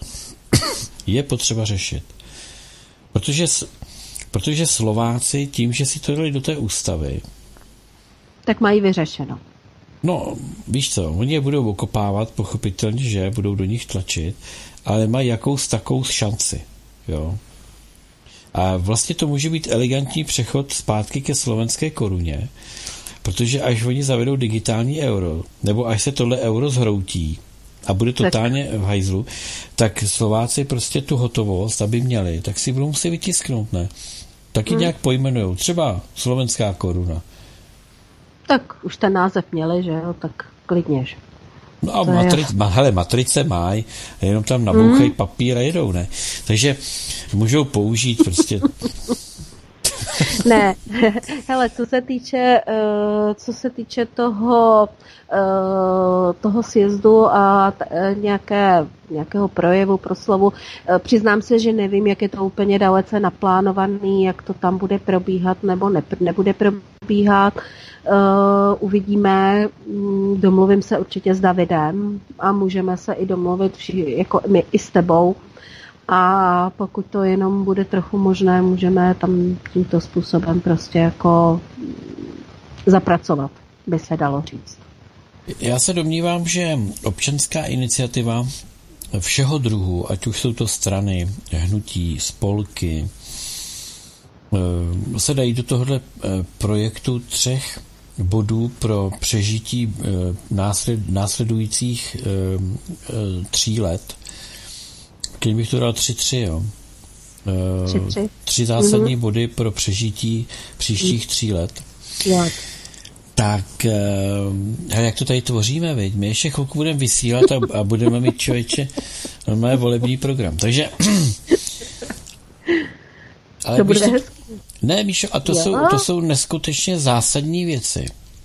S1: Protože Slováci tím, že si to dali do té ústavy,
S2: tak mají vyřešeno.
S1: No, víš co, oni je budou okopávat, pochopitelně, že budou do nich tlačit, ale mají jakous takovou šanci, jo. A vlastně to může být elegantní přechod zpátky ke slovenské koruně, protože až oni zavedou digitální euro, nebo až se tohle euro zhroutí a bude totálně v hajzlu, tak Slováci prostě tu hotovost, aby měli, tak si budou muset vytisknout, ne? Taky nějak pojmenujou, třeba slovenská koruna.
S2: Tak už ten název měli, že jo, tak klidněž.
S1: No a matrice mají, jenom tam nabouchají papír a jedou, ne? Takže můžou použít prostě...
S2: Ne, hele, co se týče toho sjezdu a nějakého projevu, proslovu, přiznám se, že nevím, jak je to úplně dalece naplánovaný, jak to tam bude probíhat nebo nebude probíhat. Uvidíme, domluvím se určitě s Davidem a můžeme se i domluvit jako my i s tebou. A pokud to jenom bude trochu možné, můžeme tam tímto způsobem prostě jako zapracovat, by se dalo říct.
S1: Já se domnívám, že občanská iniciativa všeho druhu, ať už jsou to strany, hnutí, spolky, se dají do tohohle projektu 3 bodů pro přežití následujících 3 let. Když bych to dal 3, jo. 3 zásadní body pro přežití příštích 3 let. Tak, jak to tady tvoříme, viď? My ještě chvilku budeme vysílat a budeme mít, člověče, normálně volební program. Takže... Ale
S2: to bude hezký.
S1: Ne, Míšo, a to jsou neskutečně zásadní věci.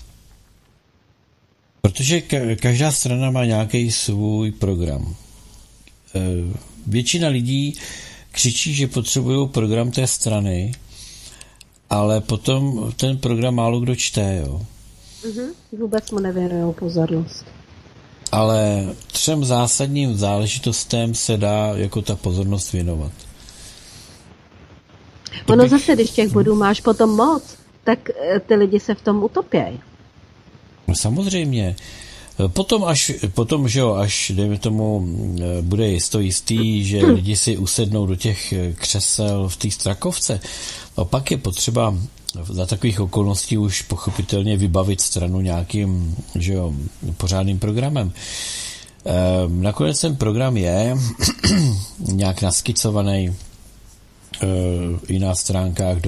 S1: Protože každá strana má nějaký svůj program. Většina lidí křičí, že potřebují program té strany, ale potom ten program málo kdo čte, jo.
S2: Vůbec mu nevěnujou pozornost.
S1: Ale 3 zásadním záležitostem se dá jako ta pozornost věnovat.
S2: Zase, když těch bodů máš potom moc, tak ty lidi se v tom utopějí.
S1: No samozřejmě. Potom, že jo, až dejme tomu, bude jistý, že lidi si usednou do těch křesel v té Strakovce, a pak je potřeba za takových okolností už pochopitelně vybavit stranu nějakým, že jo, pořádným programem. Nakonec ten program je nějak naskicovaný i na stránkách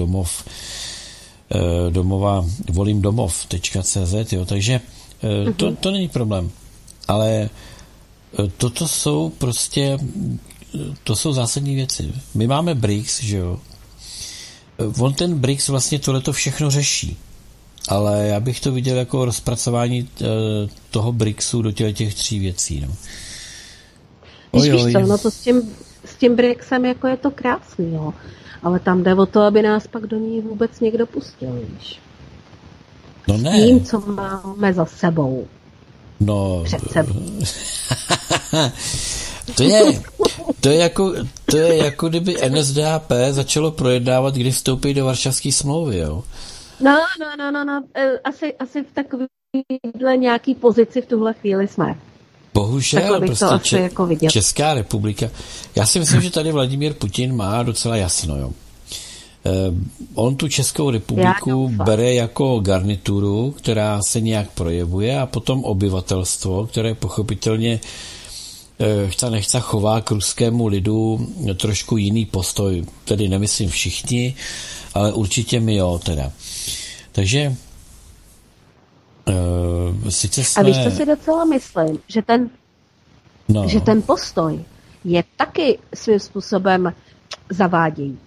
S1: volimdomov.cz, jo, takže to není problém. Ale toto jsou prostě, to jsou zásadní věci. My máme BRICS, že jo. On ten BRICS vlastně tohleto všechno řeší. Ale já bych to viděl jako rozpracování toho BRICSu do těch 3 věcí, no.
S2: Víš co, no to s tím BRICSem jako je to krásný, jo. ale tam jde o to, aby nás pak do ní vůbec někdo pustil, víš.
S1: No ne.
S2: S tím, co máme za sebou.
S1: No.
S2: Před sebou.
S1: To je jako kdyby NSDAP začalo projednávat, kdy vstoupí do Varšavské smlouvy, jo?
S2: No. Asi v takovéhle nějaký pozici v tuhle chvíli jsme.
S1: Bohužel, prostě
S2: jako
S1: Česká republika. Já si myslím, že tady Vladimír Putin má docela jasno, jo. On tu Českou republiku bere jako garnituru, která se nějak projevuje, a potom obyvatelstvo, které pochopitelně chce nechce chová k ruskému lidu trošku jiný postoj. Tedy nemyslím všichni, ale určitě my jo, teda. Takže sice jsme...
S2: A víš, co si docela myslím? Že ten postoj je taky svým způsobem zavádějící.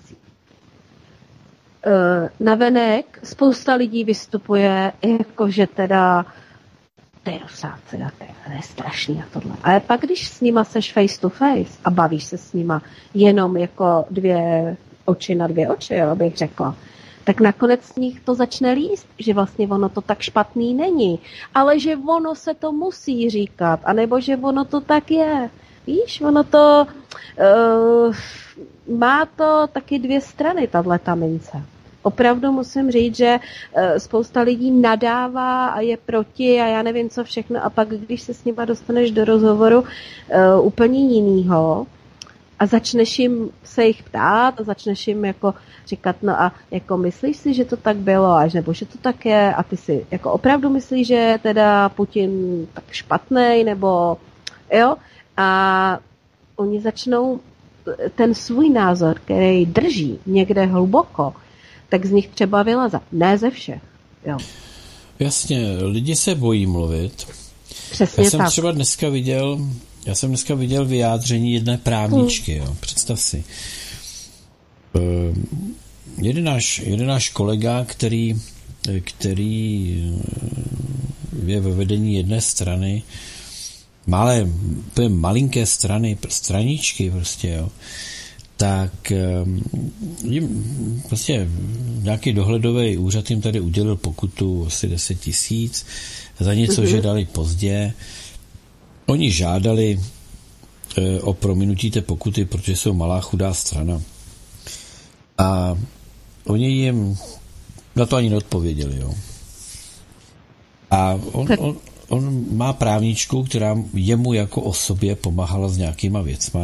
S2: Navenek spousta lidí vystupuje jako, že teda to je strašný a tohle. Ale pak, když s nima seš face to face a bavíš se s nima jenom jako dvě oči na dvě oči, jo, bych řekla, tak nakonec z nich to začne líst, že vlastně ono to tak špatný není, ale že ono se to musí říkat, anebo že ono to tak je. Víš, ono to má to taky dvě strany, tato mince. Opravdu musím říct, že spousta lidí nadává a je proti a já nevím co všechno, a pak, když se s nima dostaneš do rozhovoru úplně jinýho a začneš jim se jich ptát a začneš jim jako říkat, no a jako myslíš si, že to tak bylo, až nebo že to tak je, a ty si jako opravdu myslíš, že je teda Putin tak špatnej, nebo jo, a oni začnou ten svůj názor, který drží někde hluboko, tak z nich třeba vylezat. Ne ze všech. Jo.
S1: Jasně, lidi se bojí mluvit.
S2: Přesně
S1: já jsem
S2: tak.
S1: třeba dneska viděl vyjádření jedné právničky. Jo. Představ si. Jeden náš kolega, který je ve vedení jedné strany, malinké strany, straničky prostě, jo, tak jim prostě nějaký dohledový úřad jim tady udělil pokutu asi 10 000 za něco, že dali pozdě. Oni žádali o prominutí té pokuty, protože jsou malá chudá strana. A oni jim na to ani neodpověděli. Jo. A on má právničku, která jemu jako osobě pomáhala s nějakýma věcma.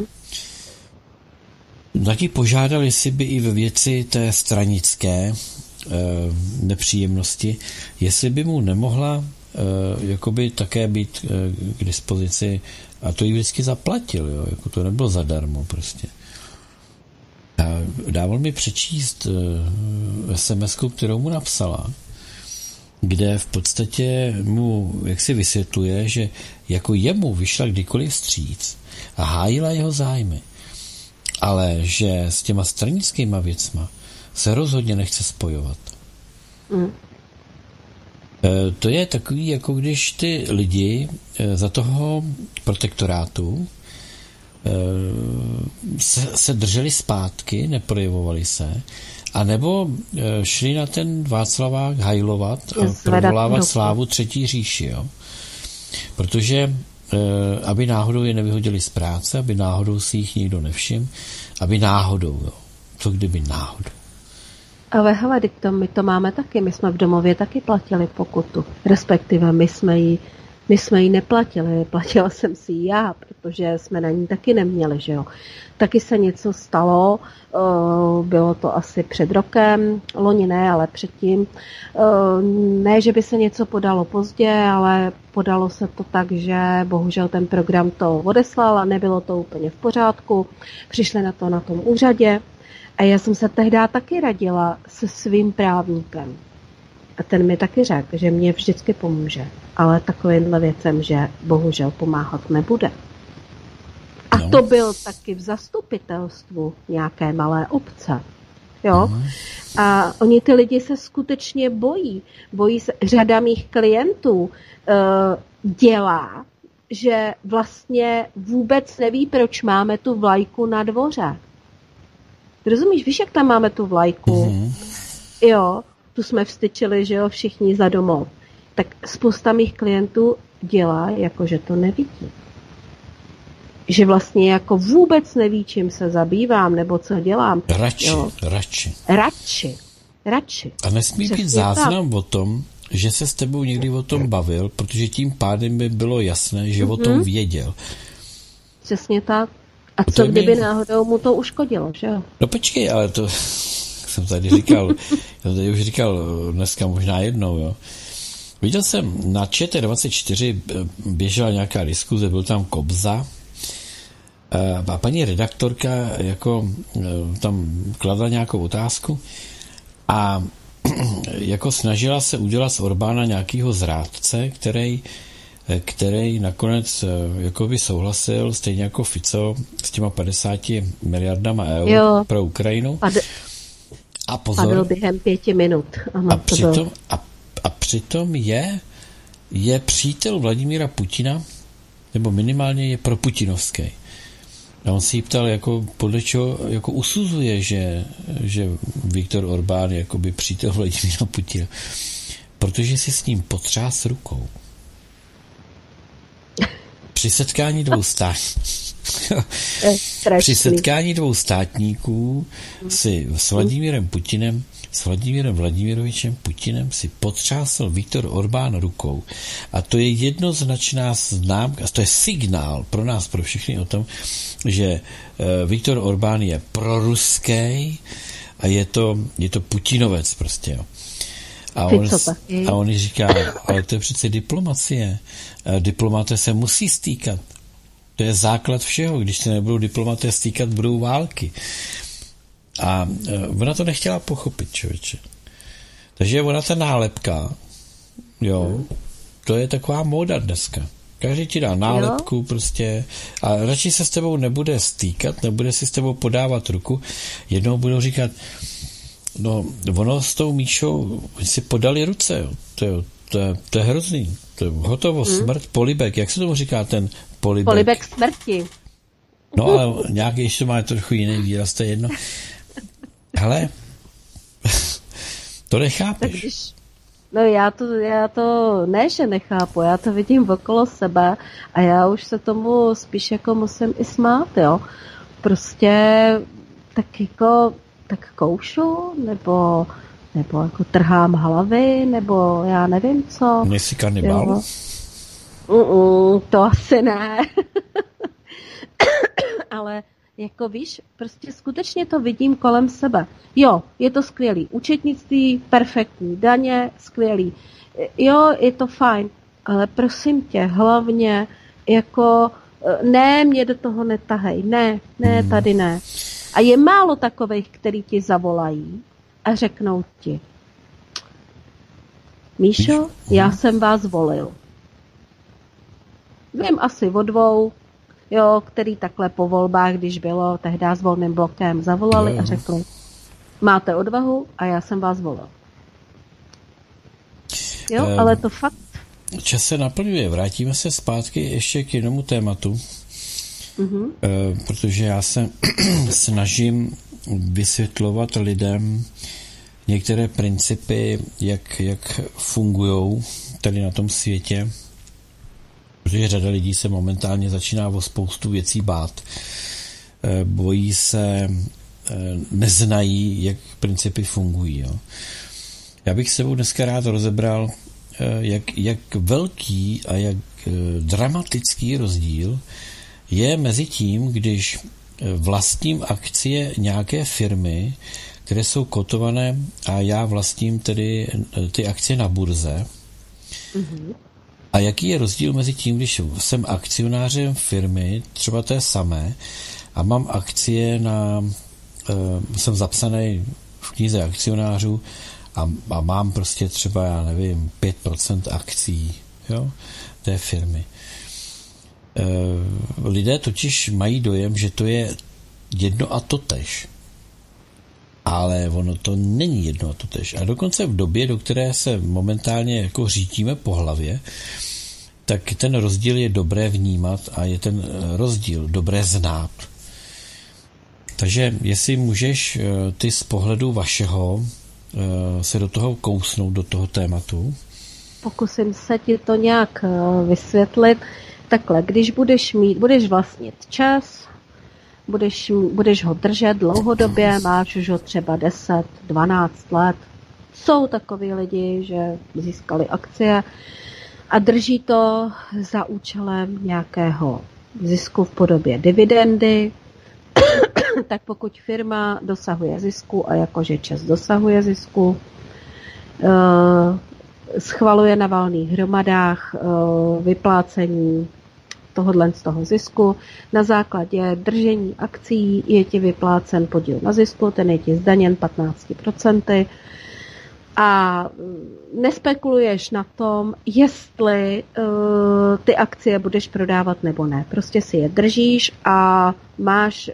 S1: Taky požádali, jestli by i ve věci té stranické nepříjemnosti, jestli by mu nemohla jakoby také být k dispozici, a to jí vždycky zaplatil, jo, jako to nebylo zadarmo prostě. A dával mi přečíst SMS-ku, kterou mu napsala, kde v podstatě mu jaksi vysvětluje, že jako jemu vyšla kdykoliv vstříc a hájila jeho zájmy, ale že s těma stranickýma věcma se rozhodně nechce spojovat. To je takový, jako když ty lidi za toho protektorátu se drželi zpátky, neprojevovali se, anebo šli na ten Václavák hajlovat a provolávat slávu třetí říši. Jo? Protože aby náhodou je nevyhodili z práce, aby náhodou si jich nikdo nevšiml, aby náhodou, jo. Co kdyby náhodou.
S2: Ale hele, my to máme taky, my jsme v domově taky platili pokutu, respektive my jsme ji neplatili, platila jsem si ji já, protože jsme na ní taky neměli, že jo. Taky se něco stalo, bylo to asi před rokem, loni ne, ale předtím. Ne, že by se něco podalo pozdě, ale podalo se to tak, že bohužel ten program to odeslal a nebylo to úplně v pořádku. Přišli na to na tom úřadě a já jsem se tehdy taky radila se svým právníkem. A ten mi taky řekl, že mě vždycky pomůže, ale takovýmhle věcem, že bohužel pomáhat nebude. A to byl taky v zastupitelstvu nějaké malé obce. Jo? A oni ty lidi se skutečně bojí. Bojí se, řada mých klientů dělá, že vlastně vůbec neví, proč máme tu vlajku na dvoře. Rozumíš, víš, jak tam máme tu vlajku? Jo, tu jsme vstyčili, že jo, všichni za domov. Tak spousta mých klientů dělá, jako že to nevidí. Že vlastně jako vůbec neví, čím se zabývám, nebo co dělám. Radši.
S1: A nesmí být záznam o tom, že se s tebou někdy o tom bavil, protože tím pádem by bylo jasné, že o tom věděl.
S2: Přesně tak. A co kdyby náhodou mu to uškodilo, že jo?
S1: No počkej, ale to jsem tady už říkal dneska možná jednou, jo. Viděl jsem na ČT24 běžela nějaká diskuze, byl tam Kobza a paní redaktorka jako tam kladla nějakou otázku a jako snažila se udělat z Orbána nějakýho zrádce, který nakonec jakoby souhlasil, stejně jako Fico, s těma 50 miliardama eur pro Ukrajinu. A pozor.
S2: Padl během 5 minut. Ano,
S1: a přitom je přítel Vladimíra Putina, nebo minimálně je proputinovský. A on si jí ptal, jako podle čeho jako usuzuje, že Viktor Orbán je jakoby přítel Vladimíra Putina. Protože si s ním potřás rukou. Při setkání dvou státníků si s Vladimírem Vladimirovičem Putinem si potřásl Viktor Orbán rukou. A to je jednoznačná známka, to je signál pro nás, pro všechny o tom, že Viktor Orbán je proruský a je to Putinovec prostě, jo. A on říká, ale to je přece diplomacie. Diplomaté se musí stýkat. To je základ všeho. Když se nebudou diplomaté stýkat, budou války. A ona to nechtěla pochopit, člověče. Takže ona ta nálepka, jo, to je taková móda dneska. Každý ti dá nálepku prostě a radši se s tebou nebude stýkat, nebude si s tebou podávat ruku. Jednou budou říkat, no, ono s tou Míšou si podali ruce, jo. To je hrozný. To je hotovo, smrt, polibek. Jak se tomu říká ten polibek?
S2: Polibek smrti.
S1: No, ale nějaký ještě má trochu jiný výraz, to je jedno. Hele, to nechápeš.
S2: No já to ne, že nechápu, já to vidím okolo sebe a já už se tomu spíš jako musím i smát, jo. Prostě tak koušu, nebo jako trhám hlavy, nebo já nevím co.
S1: Nejsi kanibál?
S2: To asi ne. Ale jako víš, prostě skutečně to vidím kolem sebe. Jo, je to skvělý. Účetnictví, perfektní. Daně, skvělý. Jo, je to fajn. Ale prosím tě, hlavně jako ne, mě do toho netahej. Ne, tady ne. A je málo takových, který ti zavolají a řeknou ti: Míšo, já jsem vás volil. Vím asi o 2, jo, který takhle po volbách, když bylo tehdy s Volným blokem, zavolali a řekli: máte odvahu a já jsem vás volil. Jo, ale to fakt.
S1: Čas se naplňuje. Vrátíme se zpátky ještě k jednomu tématu, protože já se snažím vysvětlovat lidem některé principy, jak fungují tady na tom světě, protože řada lidí se momentálně začíná o spoustu věcí bát. Bojí se, neznají, jak principy fungují. Jo. Já bych s sebou dneska rád rozebral, jak velký a jak dramatický rozdíl je mezi tím, když vlastním akcie nějaké firmy, které jsou kotované a já vlastním tedy ty akcie na burze. A jaký je rozdíl mezi tím, když jsem akcionářem firmy, třeba té samé, a mám akcie jsem zapsaný v knize akcionářů a mám prostě třeba, já nevím, 5% akcí, jo, té firmy. Lidé totiž mají dojem, že to je jedno a totéž. Ale ono to není jedno a totéž. A dokonce v době, do které se momentálně jako řítíme po hlavě, tak ten rozdíl je dobré vnímat a je ten rozdíl dobré znát. Takže jestli můžeš ty z pohledu vašeho se do toho kousnout, do toho tématu.
S2: Pokusím se ti to nějak vysvětlit. Takhle, když budeš vlastnit čas, budeš ho držet dlouhodobě, máš už ho třeba 10, 12 let. Jsou takoví lidi, že získali akcie a drží to za účelem nějakého zisku v podobě dividendy, tak pokud firma dosahuje zisku a jakože ČEZ dosahuje zisku, schvaluje na valných hromadách vyplácení tohodle z toho zisku. Na základě držení akcií je ti vyplácen podíl na zisku, ten je ti zdaněn 15%. A nespekuluješ na tom, jestli ty akcie budeš prodávat nebo ne. Prostě si je držíš a máš,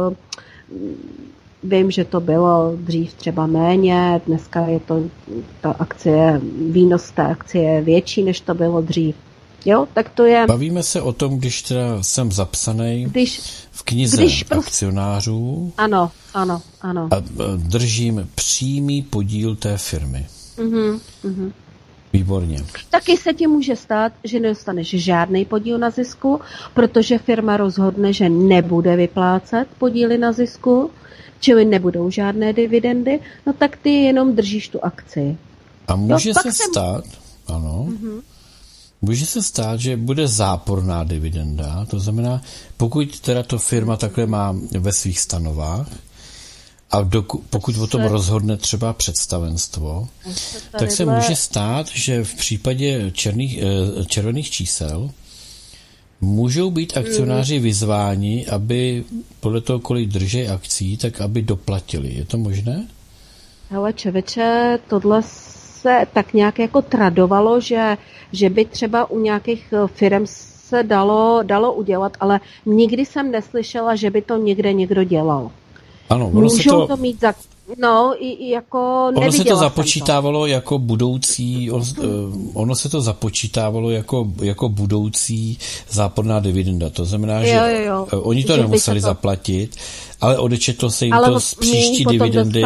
S2: vím, že to bylo dřív třeba méně, dneska je to výnos té akcie je větší, než to bylo dřív. Jo, tak to je...
S1: Bavíme se o tom, když teda jsem zapsaný v knize akcionářů.
S2: Ano.
S1: A držím přímý podíl té firmy. Výborně.
S2: Taky se ti může stát, že nedostaneš žádný podíl na zisku, protože firma rozhodne, že nebude vyplácet podíly na zisku, čili nebudou žádné dividendy, no tak ty jenom držíš tu akci.
S1: A může se stát, ano, může se stát, že bude záporná dividenda, to znamená, pokud teda to firma takhle má ve svých stanovách, a pokud o tom rozhodne třeba představenstvo, tak se může stát, že v případě červených čísel můžou být akcionáři vyzváni, aby podle toho, kolik drží akcí, tak aby doplatili. Je to možné?
S2: Hele, čověče, tohle se tak nějak jako tradovalo, že by třeba u nějakých firm se dalo udělat, ale nikdy jsem neslyšela, že by to někdo dělal.
S1: Ano,
S2: můžou to mít jako
S1: ono se to započítávalo jako budoucí, ono se to započítávalo jako budoucí záporná dividenda. To znamená, že oni to nemuseli zaplatit, ale odečetlo se jim to z příští dividendy.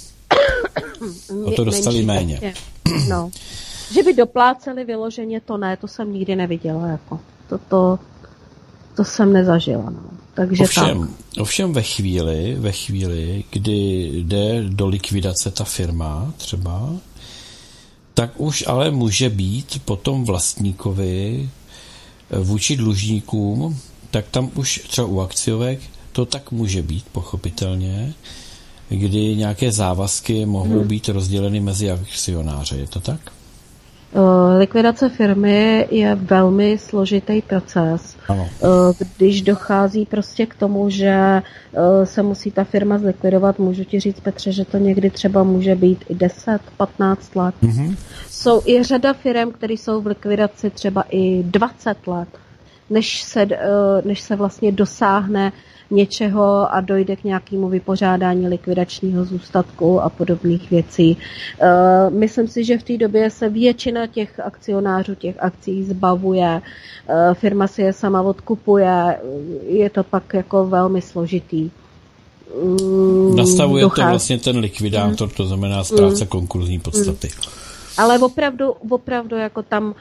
S1: To dostali méně.
S2: No. Že by dopláceli vyloženě, to ne, to jsem nikdy neviděla. Jako. To jsem nezažila. No. Takže
S1: ovšem ve chvíli, kdy jde do likvidace ta firma třeba, tak už ale může být potom vlastníkovi vůči dlužníkům, tak tam už třeba u akciovek to tak může být pochopitelně, kdy nějaké závazky mohou být rozděleny mezi akcionáře. Je to tak?
S2: Likvidace firmy je velmi složitý proces.
S1: Ano.
S2: Když dochází prostě k tomu, že se musí ta firma zlikvidovat, můžu ti říct, Petře, že to někdy třeba může být i 10-15 let. Jsou i řada firm, které jsou v likvidaci třeba i 20 let, než se vlastně dosáhne něčeho a dojde k nějakému vypořádání likvidačního zůstatku a podobných věcí. Myslím si, že v té době se většina těch akcionářů těch akcí zbavuje, firma si je sama odkupuje, je to pak jako velmi složitý.
S1: Nastavuje to vlastně ten likvidátor, to znamená správce konkurzní podstaty.
S2: Ale opravdu jako tam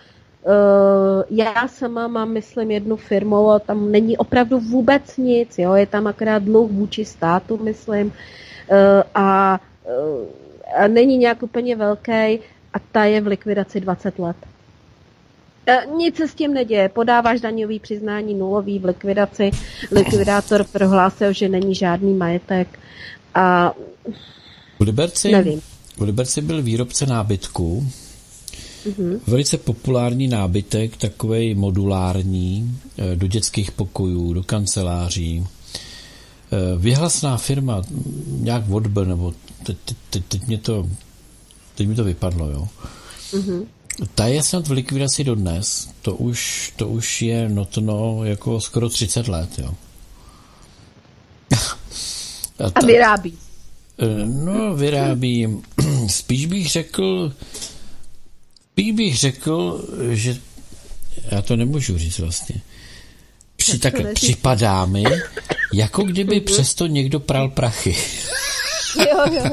S2: já sama mám, myslím, jednu firmu a tam není opravdu vůbec nic, jo? Je tam akorát dluh vůči státu, myslím, a není nějak úplně velký a ta je v likvidaci 20 let. Nic se s tím neděje, podáváš daňový přiznání nulový v likvidaci, likvidátor prohlásil, že není žádný majetek a nevím.
S1: U Liberci byl výrobce nábytku, velice populární nábytek, takovej modulární, do dětských pokojů, do kanceláří. Vyhlasná firma, nějak Vodbel, nebo teď mi to vypadlo, jo. Ta je snad v likvidaci dodnes, to už je notno jako skoro 30 let, jo.
S2: A vyrábí.
S1: No, vyrábí. Spíš bych řekl, že já to nemůžu říct vlastně. Připadá mi, Jako kdyby přesto někdo pral prachy.
S2: Jo.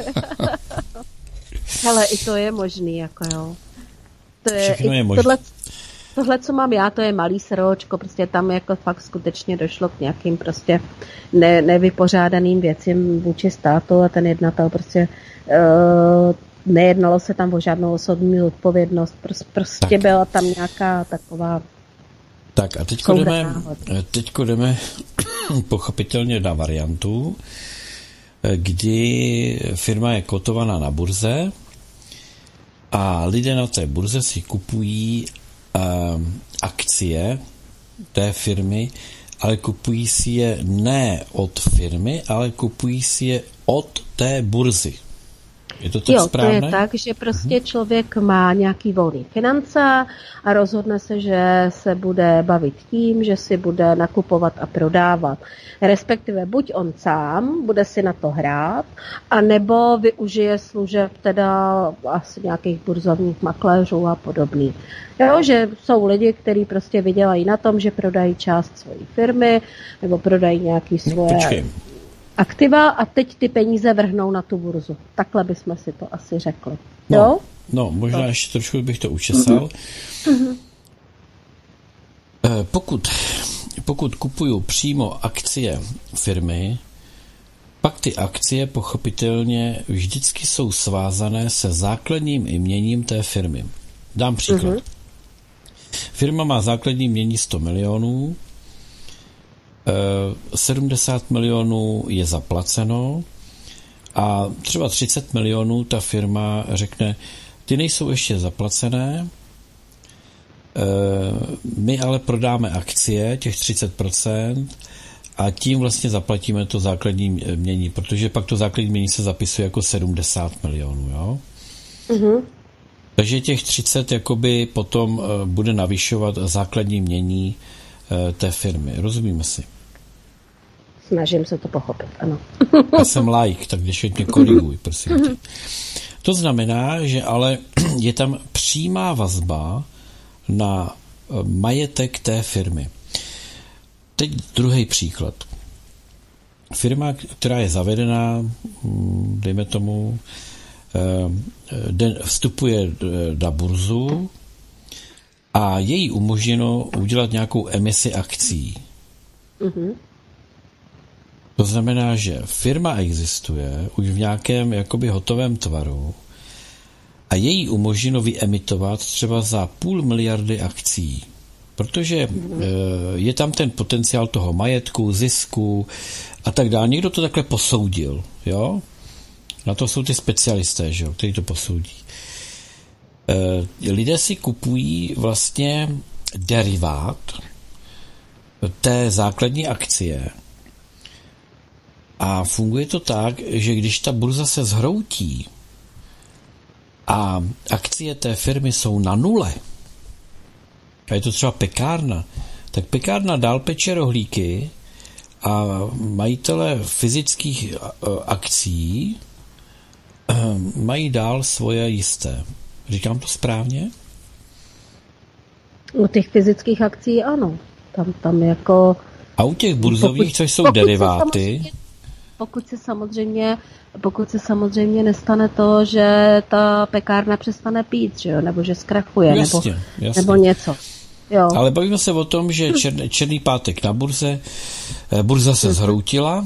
S2: Hele, i to je možný, jako jo.
S1: Všechno je možné.
S2: Tohle, co mám já, to je malý sročko, prostě tam jako fakt skutečně došlo k nějakým prostě nevypořádaným věcem vůči státu a ten jednatel prostě nejednalo se tam o žádnou osobní odpovědnost, prostě byla tam nějaká taková.
S1: Tak a teďko jdeme pochopitelně na variantu, kdy firma je kotovaná na burze a lidé na té burze si kupují akcie té firmy, ale kupují si je ne od firmy, ale kupují si je od té burzy. Je to tak správné?
S2: Jo, to je tak, že prostě člověk má nějaký volný finance a rozhodne se, že se bude bavit tím, že si bude nakupovat a prodávat. Respektive buď on sám bude si na to hrát, anebo využije služeb teda asi nějakých burzovních makléřů a podobných. Jo, že jsou lidi, kteří prostě vydělají na tom, že prodají část své firmy nebo prodají nějaký svoje aktiva a teď ty peníze vrhnou na tu burzu. Takhle bychom si to asi řekli. Jo?
S1: No, možná ještě trošku bych to učesal. Pokud kupuju přímo akcie firmy, pak ty akcie pochopitelně vždycky jsou svázané se základním jměním té firmy. Dám příklad. Firma má základní jmění 100 milionů, 70 milionů je zaplaceno a třeba 30 milionů ta firma řekne, ty nejsou ještě zaplacené, my ale prodáme akcie, těch 30%, a tím vlastně zaplatíme to základní jmění, protože pak to základní jmění se zapisuje jako 70 milionů, jo? Takže těch 30 jakoby potom bude navyšovat základní jmění té firmy. Rozumíme si?
S2: Snažím se to pochopit, ano.
S1: Já jsem laik, tak když mě koriguj, prosím tě. To znamená, že ale je tam přímá vazba na majetek té firmy. Teď druhý příklad. Firma, která je zavedená, dejme tomu, vstupuje na burzu a je jí umožněno udělat nějakou emisi akcí. To znamená, že firma existuje už v nějakém jakoby hotovém tvaru a je jí umožněno vyemitovat třeba za 500 miliardy akcí. Protože je tam ten potenciál toho majetku, zisku a tak dále. Někdo to takhle posoudil, jo? Na to jsou ty specialisté, že jo, kteří to posoudí. Lidé si kupují vlastně derivát té základní akcie a funguje to tak, že když ta burza se zhroutí a akcie té firmy jsou na nule, a je to třeba pekárna, tak pekárna dál peče rohlíky a majitele fyzických akcí mají dál svoje jisté. Říkám to správně?
S2: U těch fyzických akcí ano. Tam jako...
S1: A u těch burzových, což jsou deriváty?
S2: Pokud se samozřejmě nestane to, že ta pekárna přestane pít, že jo? Nebo že zkrachuje,
S1: jasně.
S2: Nebo něco. Jo.
S1: Ale bavíme se o tom, že černý pátek na burze, burza se zhroutila.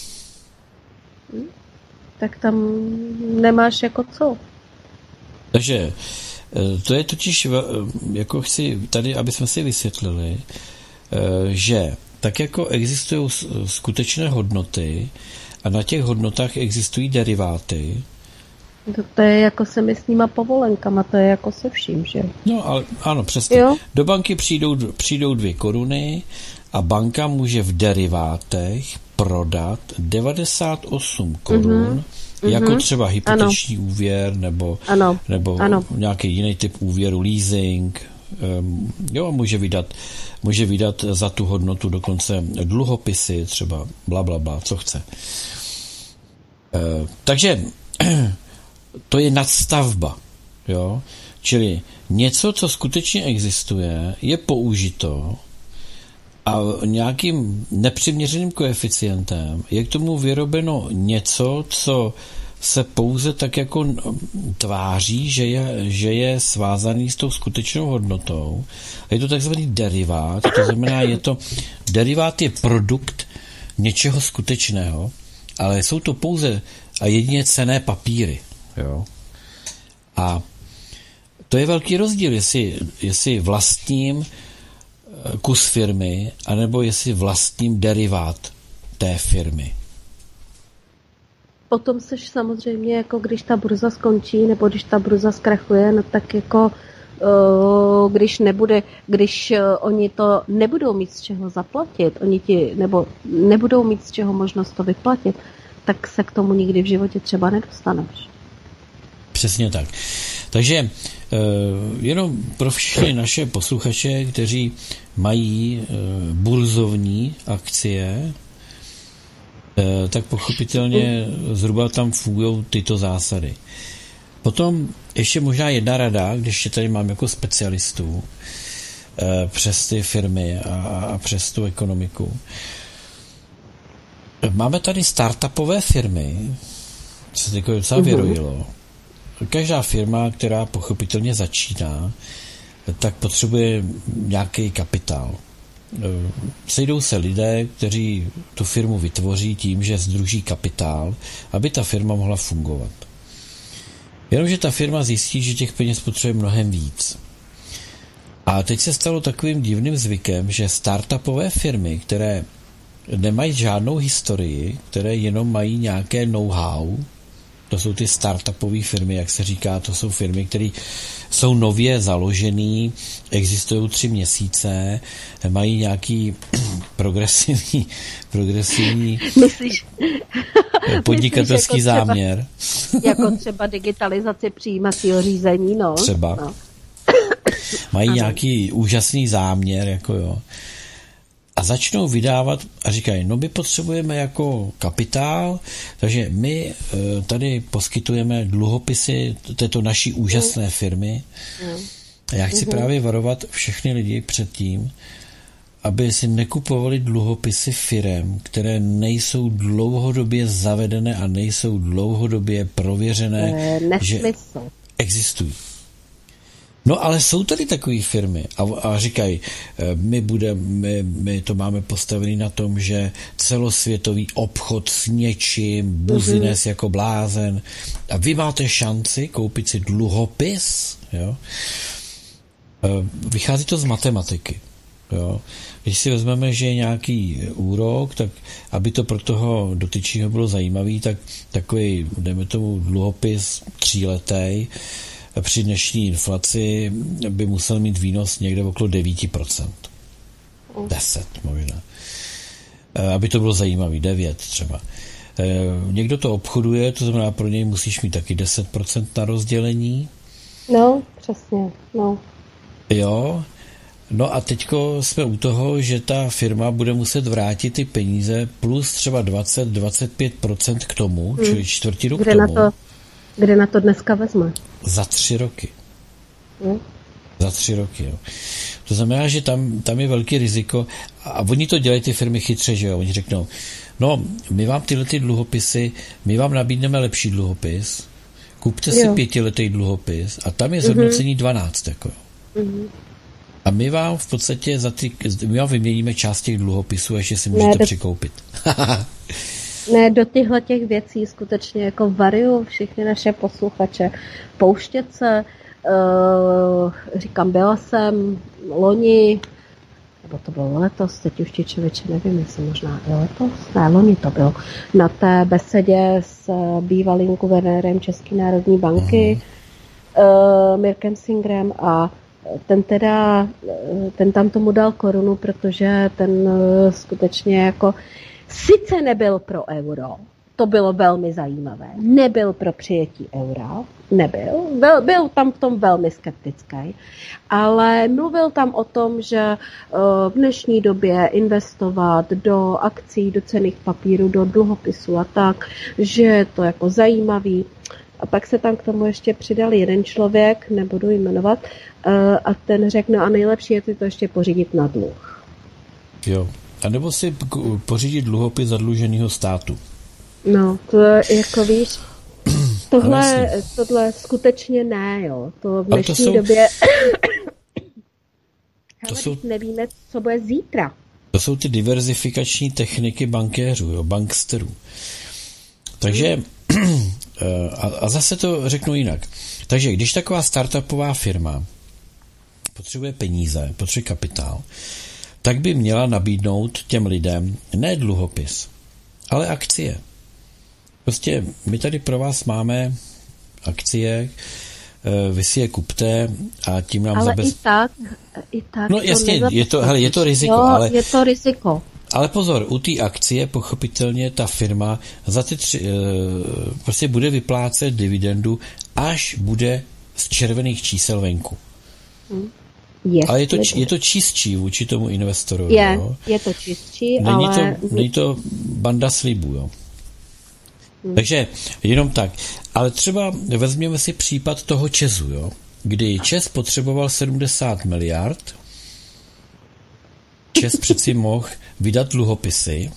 S2: Tak tam nemáš jako co.
S1: Takže to je totiž, jako chci tady, aby jsme si vysvětlili, že tak jako existují skutečné hodnoty a na těch hodnotách existují deriváty.
S2: To je jako se myslíma povolenkama, to je jako se vším, že?
S1: No, ale ano, přesně.
S2: Jo?
S1: Do banky přijdou 2 koruny a banka může v derivátech prodat 98 korun, jako třeba hypoteční úvěr nebo nějaký jiný typ úvěru, leasing. Jo, může vydat za tu hodnotu dokonce dluhopisy, třeba blablabla, co chce. Takže to je nadstavba, jo? Čili něco, co skutečně existuje, je použito a nějakým nepřiměřeným koeficientem je k tomu vyrobeno něco, co se pouze tak jako tváří, že je svázaný s tou skutečnou hodnotou. A je to takzvaný derivát, to znamená, derivát je produkt něčeho skutečného, ale jsou to pouze a jedině cenné papíry. Jo? A to je velký rozdíl, jestli vlastním kus firmy, anebo jestli vlastním derivát té firmy.
S2: Potom seš samozřejmě, jako když ta burza skončí, nebo když ta burza zkrachuje, no tak jako když oni to nebudou mít z čeho zaplatit, nebo nebudou mít z čeho možnost to vyplatit, tak se k tomu nikdy v životě třeba nedostaneš.
S1: Přesně tak. Takže jenom pro všechny naše posluchače, kteří mají burzovní akcie, tak pochopitelně zhruba tam fungují tyto zásady. Potom ještě možná jedna rada, když je tady mám jako specialistů přes ty firmy a přes tu ekonomiku. Máme tady startupové firmy, co se takové docela vyrojilo. Každá firma, která pochopitelně začíná, tak potřebuje nějaký kapitál. Sejdou se lidé, kteří tu firmu vytvoří tím, že sdruží kapitál, aby ta firma mohla fungovat. Jenomže ta firma zjistí, že těch peněz potřebuje mnohem víc. A teď se stalo takovým divným zvykem, že startupové firmy, které nemají žádnou historii, které jenom mají nějaké know-how, to jsou ty startupové firmy, jak se říká, to jsou firmy, které jsou nově založené, existují 3 měsíce, mají nějaký progresivní podnikatelský
S2: myslíš,
S1: záměr.
S2: Jako třeba digitalizaci přijímacího řízení, no.
S1: Třeba.
S2: No.
S1: Mají nějaký úžasný záměr, jako jo. A začnou vydávat a říkají, no my potřebujeme jako kapitál, takže my tady poskytujeme dluhopisy této naší úžasné firmy. A já chci právě varovat všechny lidi před tím, aby si nekupovali dluhopisy firem, které nejsou dlouhodobě zavedené a nejsou dlouhodobě prověřené, že existují. No ale jsou tady takové firmy a říkají, my to máme postavený na tom, že celosvětový obchod s něčím, business jako blázen a vy máte šanci koupit si dluhopis, jo? Vychází to z matematiky. Jo? Když si vezmeme, že je nějaký úrok, tak aby to pro toho dotyčného bylo zajímavý, tak takový, dejme tomu dluhopis 3letý, při dnešní inflaci by musel mít výnos někde okolo 9%. 10 možná. Aby to bylo zajímavý, 9 třeba. Někdo to obchoduje, to znamená, pro něj musíš mít taky 10% na rozdělení. No,
S2: přesně, no.
S1: Jo, no a teďko jsme u toho, že ta firma bude muset vrátit ty peníze plus třeba 20-25% k tomu, čili čtvrtinu k tomu.
S2: Kde na to dneska vezme?
S1: Za 3 roky. Za 3 roky, jo. To znamená, že tam je velký riziko a oni to dělají ty firmy chytře, že jo. Oni řeknou, no, my vám tyhle ty dluhopisy, my vám nabídneme lepší dluhopis, kupte si 5letý dluhopis a tam je zhodnocení 12, jako. A my vám v podstatě my vám vyměníme část těch dluhopisů, ještě si můžete přikoupit.
S2: Ne, do těchto těch věcí skutečně jako variuju všechny naše posluchače. Pouštět se, říkám, byla jsem loni, nebo to bylo letos, teď už ti člověče nevím, jestli možná i letos, ne, loni to bylo, na té besedě s bývalým guvernérem České národní banky, Mirkem Singrem, a ten tam tomu dal korunu, protože ten skutečně jako sice nebyl pro euro, to bylo velmi zajímavé, nebyl pro přijetí eura, byl tam v tom velmi skeptický, ale mluvil tam o tom, že v dnešní době investovat do akcí, do cenných papírů, do dluhopisů a tak, že je to jako zajímavý. A pak se tam k tomu ještě přidal jeden člověk, nebudu jmenovat, a ten řekl, no a nejlepší je si to ještě pořídit na dluh.
S1: Jo. A nebo si pořídit dluhopis zadluženého státu.
S2: No, to je jako víš, tohle skutečně ne, jo. To v dnešní době nevíme, co bude zítra.
S1: To jsou ty diverzifikační techniky bankéřů, jo, banksterů. Takže a zase to řeknu jinak. Takže když taková startupová firma potřebuje peníze, potřebuje kapitál, tak by měla nabídnout těm lidem ne dluhopis, ale akcie. Prostě my tady pro vás máme akcie, vy si je kupte a tím nám
S2: ale i tak
S1: no jasně, je to riziko.
S2: Jo,
S1: ale
S2: je to riziko.
S1: Ale pozor, u té akcie pochopitelně ta firma za ty prostě bude vyplácet dividendu, až bude z červených čísel venku. Ale je to čistší vůči tomu investorovi.
S2: Je to čistší, ale...
S1: Není to banda slibů, jo. Takže jenom tak. Ale třeba vezměme si případ toho ČEZu, jo, kdy ČEZ potřeboval 70 miliard, ČEZ přeci mohl vydat dluhopisy,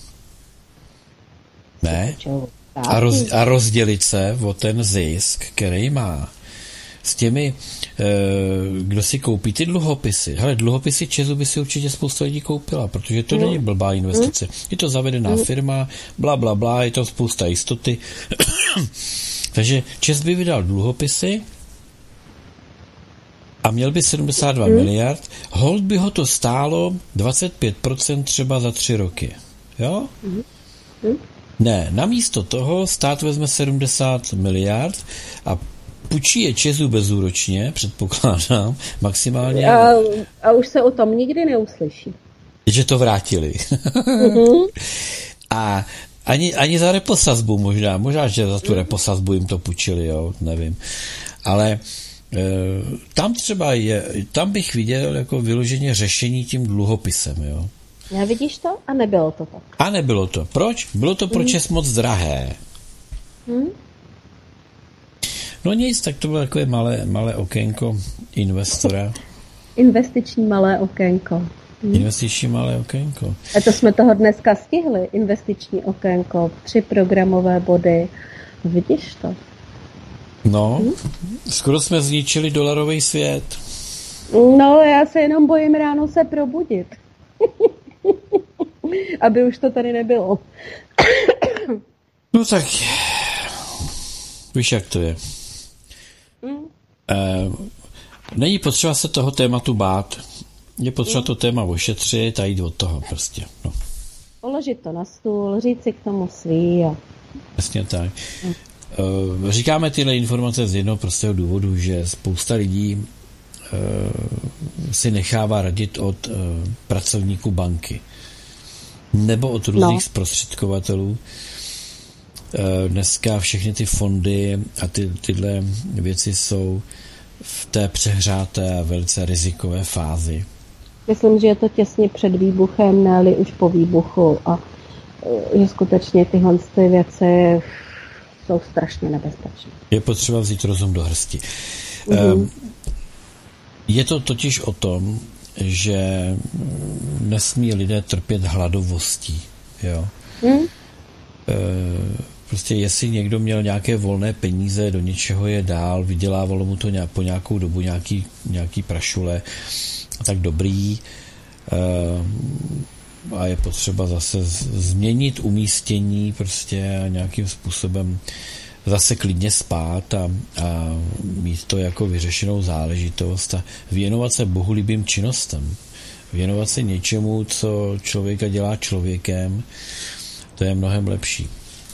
S1: ne? A rozdělit se o ten zisk, který má. S těmi, kdo si koupí ty dluhopisy. Hele, dluhopisy ČEZu by si určitě spousta lidí koupila, protože to není blbá investice. Je to zavedená firma, bla, bla, bla, je to spousta jistoty. Takže ČEZ by vydal dluhopisy a měl by 72 miliard, hold by ho to stálo 25% třeba za 3 roky. Jo? Ne, namísto toho stát vezme 70 miliard a půjčí je ČEZu bezúročně, předpokládám, maximálně.
S2: A už se o tom nikdy neuslyší.
S1: Že to vrátili. A ani za reposazbu možná, že za tu reposazbu jim to půjčili, jo, nevím. Ale tam bych viděl jako vyloženě řešení tím dluhopisem, jo.
S2: Já vidíš to? A nebylo to tak.
S1: A nebylo to. Proč? Bylo to pro ČEZ moc drahé. No nic, tak to bylo takové malé okénko investora.
S2: Investiční malé okénko.
S1: Investiční malé okénko.
S2: A to jsme toho dneska stihli. Investiční okénko, 3 programové body. Vidíš to?
S1: No, skoro jsme zničili dolarový svět.
S2: No, já se jenom bojím ráno se probudit. Aby už to tady nebylo.
S1: No tak, víš, jak to je. Není potřeba se toho tématu bát. Je potřeba to téma ošetřit a jít od toho prostě. No.
S2: Položit to na stůl, říct si k tomu svý. A...
S1: Jasně tak. Říkáme tyhle informace z jednoho prostého důvodu, že spousta lidí si nechává radit od pracovníků banky nebo od různých zprostředkovatelů. Dneska všechny ty fondy a tyhle věci jsou v té přehřáté a velice rizikové fázi.
S2: Myslím, že je to těsně před výbuchem, ne-li už po výbuchu a že skutečně tyhle věci jsou strašně nebezpečné.
S1: Je potřeba vzít rozum do hrsti. Je to totiž o tom, že nesmí lidé trpět hladovostí. Jo? Prostě jestli někdo měl nějaké volné peníze, do něčeho je dál, vydělávalo mu to po nějakou dobu nějaký prašule, tak dobrý. A je potřeba zase změnit umístění prostě a nějakým způsobem zase klidně spát a mít to jako vyřešenou záležitost a věnovat se bohulibým činnostem. Věnovat se něčemu, co člověka dělá člověkem, to je mnohem lepší.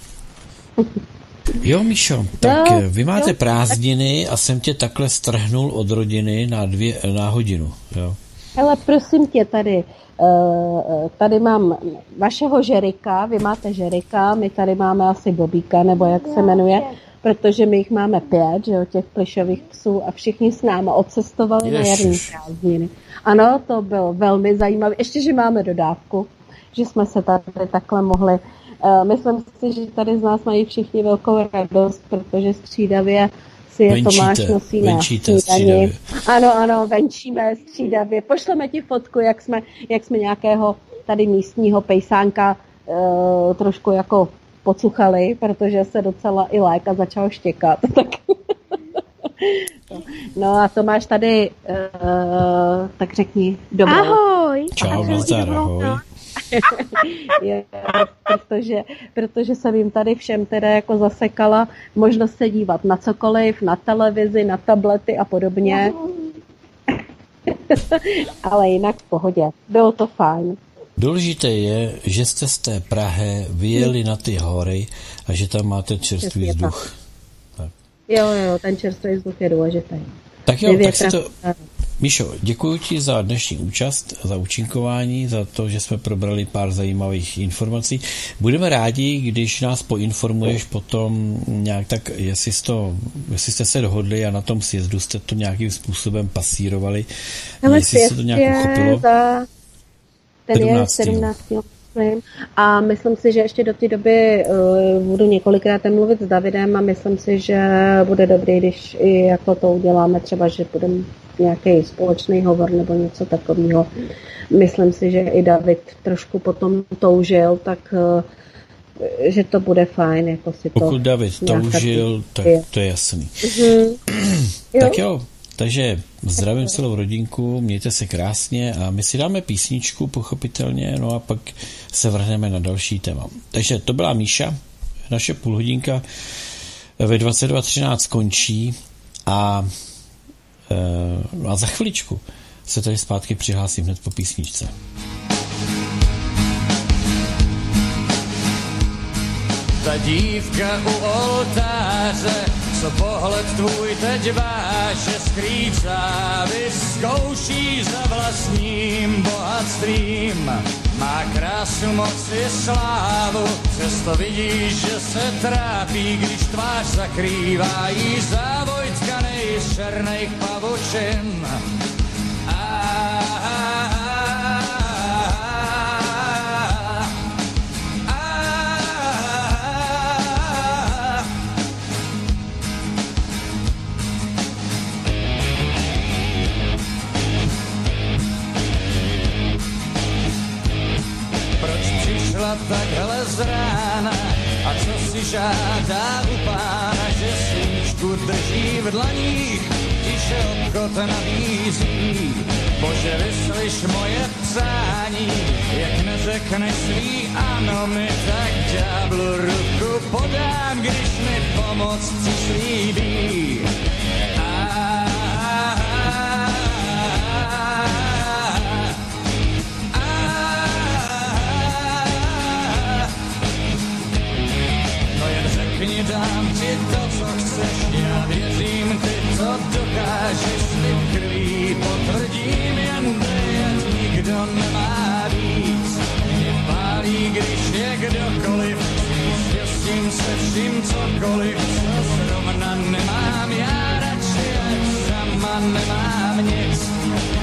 S1: Jo, Míšo, tak vy máte prázdniny a jsem tě takhle strhnul od rodiny na hodinu. Jo.
S2: Hele, prosím tě, tady mám vašeho Žerika, vy máte Žerika, my tady máme asi Bobíka, nebo jak se jmenuje, protože my jich máme 5, že jo, těch plišových psů a všichni s náma odcestovali na jarní prázdniny. Ano, to bylo velmi zajímavé. Ještě, že máme dodávku, že jsme se tady takhle mohli. Myslím si, že tady z nás mají všichni velkou radost, protože střídavě si je Tomáš nosí na snídani. Ano, venčíme střídavě. Pošleme ti fotku, jak jsme nějakého tady místního pejsánka trošku jako pocuchali, protože se docela i Léka začal štěkat. No a to máš tady, tak řekni dobrou.
S3: Ahoj.
S1: Čau, nazdar, ahoj.
S2: protože jsem jim tady všem teda jako zasekala možnost se dívat na cokoliv, na televizi, na tablety a podobně. Ale jinak v pohodě. Bylo to fajn.
S1: Důležité je, že jste z té Prahy vyjeli na ty hory a že tam máte čerstvý vzduch. Tak.
S2: Jo, ten čerstvý vzduch je důležitý.
S1: Tak jo, tak si to... Míšo, děkuji ti za dnešní účast, za účinkování, za to, že jsme probrali pár zajímavých informací. Budeme rádi, když nás poinformuješ potom nějak tak, jestli jste se dohodli a na tom sjezdu jste to nějakým způsobem pasírovali, jestli se to nějak uchopilo.
S2: Ten je 17. A myslím si, že ještě do té doby budu několikrát mluvit s Davidem a myslím si, že bude dobrý, když i jako to uděláme, třeba, že budeme nějaký společný hovor nebo něco takového. Myslím si, že i David trošku potom toužil, tak že to bude fajn. Jako si
S1: pokud to David toužil, tak to je jasný. Tak jo. Takže zdravím celou rodinku, mějte se krásně a my si dáme písničku, pochopitelně, no a pak se vrhneme na další téma. Takže to byla Míša, naše půlhodinka ve 22:13 končí a za chviličku se tady zpátky přihlásím hned po písničce.
S4: Ta dívka u oltáře, co pohled tvůj teď váže, skrýcá, vyzkouší za vlastním bohatstvím. Má krásu, moc i slávu, přesto vidíš, že se trápí, když tvář zakrývá jí závoj tkanej z černých pavučin. Takhle z rána a co si žádá u pána, že svíčku drží v dlaních, tiše obchod nabízí. Bože, vyslyš moje přání, jak neřekneš svý ano mi, tak ďáblu ruku podám, když mi pomoc přislíbí. Dám ti to, co chceš, já věřím, ty to dokážeš, slib krví potvrdím, jen dejet nikdo nemá víc. Mě pálí, když je kdokoliv, s tím se vším cokoliv, co zrovna nemám, já radši jak sama nemám nic.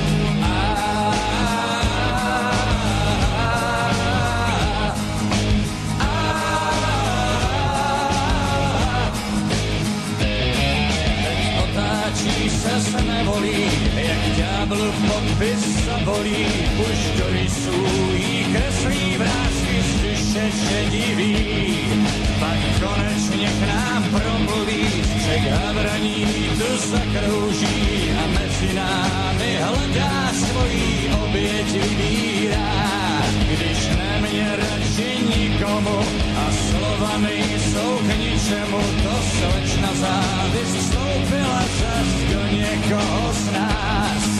S4: Se nevolí, jak ďáblu podpis zabolí, už do rysů jí kreslí vrásky z duše šediví. Pak konečně k nám promluví, střek havraní tu zakrouží a mezi námi hledá svojí oběť vybírá. Když nemě radši nikomu a slova nejsou k ničemu, to slečna závist vstoupila zas do někoho z nás.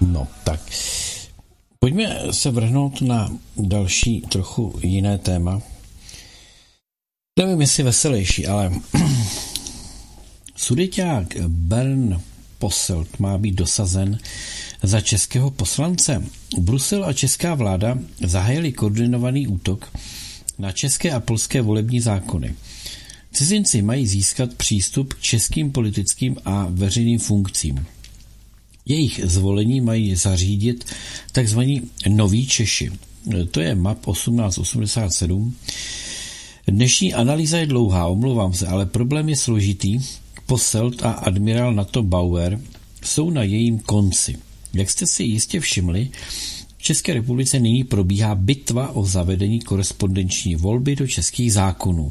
S1: No, tak. Pojďme se vrhnout na další trochu jiné téma. Nevím, jestli veselější, ale sudeťák Bernd Posselt má být dosazen za českého poslance. Brusel a česká vláda zahájili koordinovaný útok na české a polské volební zákony. Cizinci mají získat přístup k českým politickým a veřejným funkcím. Jejich zvolení mají zařídit takzvaní noví Češi. To je MAP 1887. Dnešní analýza je dlouhá, omlouvám se, ale problém je složitý. Posselt a admirál NATO Bauer jsou na jejím konci. Jak jste si jistě všimli, v České republice nyní probíhá bitva o zavedení korespondenční volby do českých zákonů.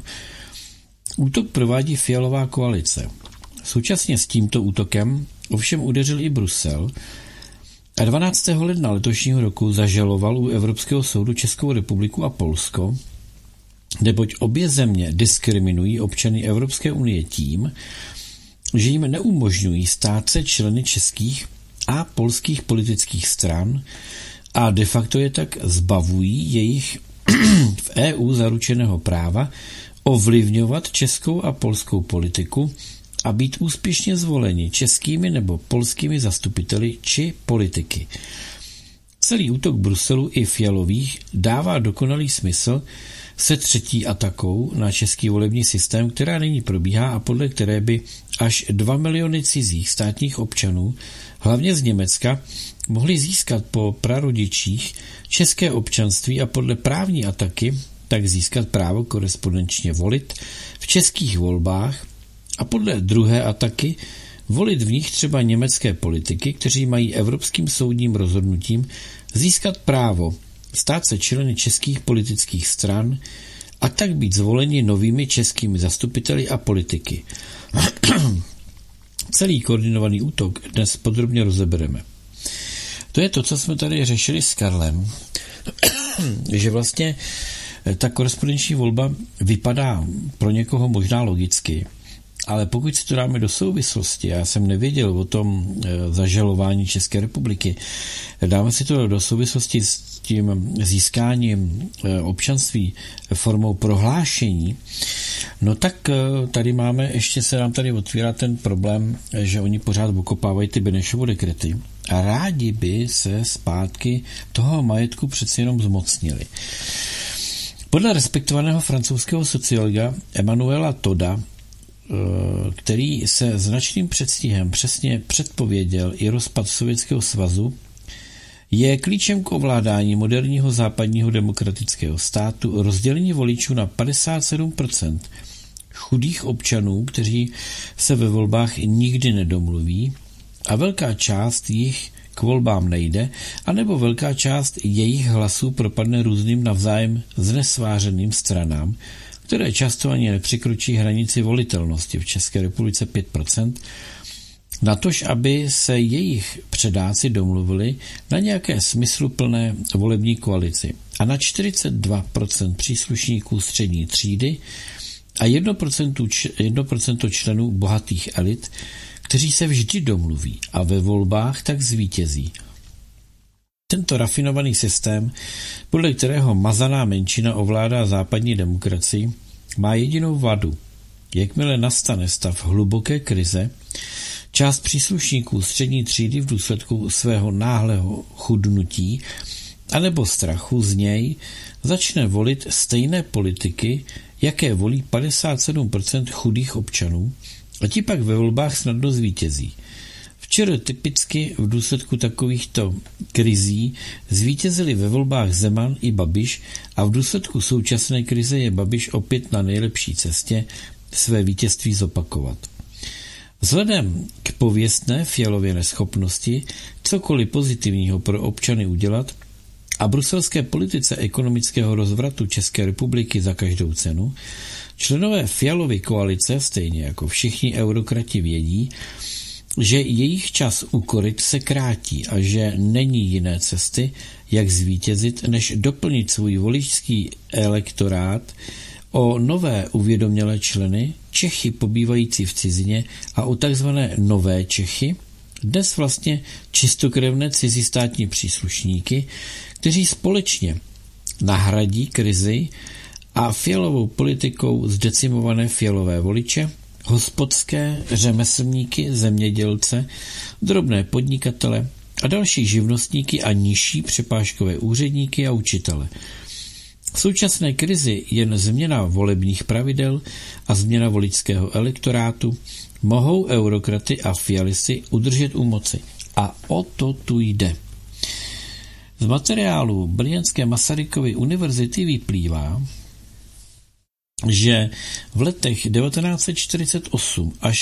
S1: Útok provádí Fialová koalice. Současně s tímto útokem ovšem udeřil i Brusel a 12. ledna letošního roku zažaloval u Evropského soudu Českou republiku a Polsko, neboť obě země diskriminují občany Evropské unie tím, že jim neumožňují stát se členy českých a polských politických stran a de facto je tak zbavují jejich v EU zaručeného práva ovlivňovat českou a polskou politiku a být úspěšně zvoleni českými nebo polskými zastupiteli či politiky. Celý útok Bruselu i Fialových dává dokonalý smysl se třetí atakou na český volební systém, která nyní probíhá a podle které by až 2 miliony cizích státních občanů, hlavně z Německa, mohli získat po prarodičích české občanství a podle právní ataky tak získat právo korespondenčně volit v českých volbách a podle druhé ataky volit v nich třeba německé politiky, kteří mají evropským soudním rozhodnutím získat právo stát se členy českých politických stran a tak být zvoleni novými českými zastupiteli a politiky. Celý koordinovaný útok dnes podrobně rozebereme. To je to, co jsme tady řešili s Karlem, že vlastně ta korespondenční volba vypadá pro někoho možná logicky, ale pokud si to dáme do souvislosti, já jsem nevěděl o tom zažalování České republiky, dáme si to do souvislosti s tím získáním občanství formou prohlášení, no tak tady máme, ještě se nám tady otvírá ten problém, že oni pořád okopávají ty Benešovo dekrety a rádi by se zpátky toho majetku přeci jenom zmocnili. Podle respektovaného francouzského sociologa Emmanuela Toda, který se značným předstihem přesně předpověděl i rozpad Sovětského svazu, je klíčem k ovládání moderního západního demokratického státu rozdělení voličů na 57% chudých občanů, kteří se ve volbách nikdy nedomluví a velká část jich k volbám nejde, anebo velká část jejich hlasů propadne různým navzájem znesvářeným stranám, které často ani nepřekročí hranici volitelnosti, v České republice 5%, natož aby se jejich předáci domluvili na nějaké smysluplné volební koalici a na 42% příslušníků střední třídy a 1% členů bohatých elit, kteří se vždy domluví a ve volbách tak zvítězí. Tento rafinovaný systém, podle kterého mazaná menšina ovládá západní demokracii, má jedinou vadu. Jakmile nastane stav hluboké krize, část příslušníků střední třídy v důsledku svého náhlého chudnutí anebo strachu z něj začne volit stejné politiky, jaké volí 57% chudých občanů, a ti pak ve volbách snadno zvítězí. Včera typicky v důsledku takovýchto krizí zvítězili ve volbách Zeman i Babiš a v důsledku současné krize je Babiš opět na nejlepší cestě své vítězství zopakovat. Vzhledem k pověstné Fialově neschopnosti cokoliv pozitivního pro občany udělat a bruselské politice ekonomického rozvratu České republiky za každou cenu, členové Fialovy koalice, stejně jako všichni eurokrati, vědí, že jejich čas ukoryt se krátí a že není jiné cesty, jak zvítězit, než doplnit svůj voličský elektorát o nové uvědomělé členy, Čechy pobývající v cizině a o takzvané nové Čechy, Dnes vlastně čistokrevné cizistátní příslušníky, kteří společně nahradí krizi a fialovou politikou zdecimované fialové voliče, hospodské, řemeslníky, zemědělce, drobné podnikatele a další živnostníky a nižší přepážkové úředníky a učitele. V současné krizi jen změna volebních pravidel a změna voličského elektorátu mohou eurokraty a fialisty udržet u moci. A o to tu jde. Z materiálu Brněnské Masarykovy univerzity vyplývá, že v letech 1948 až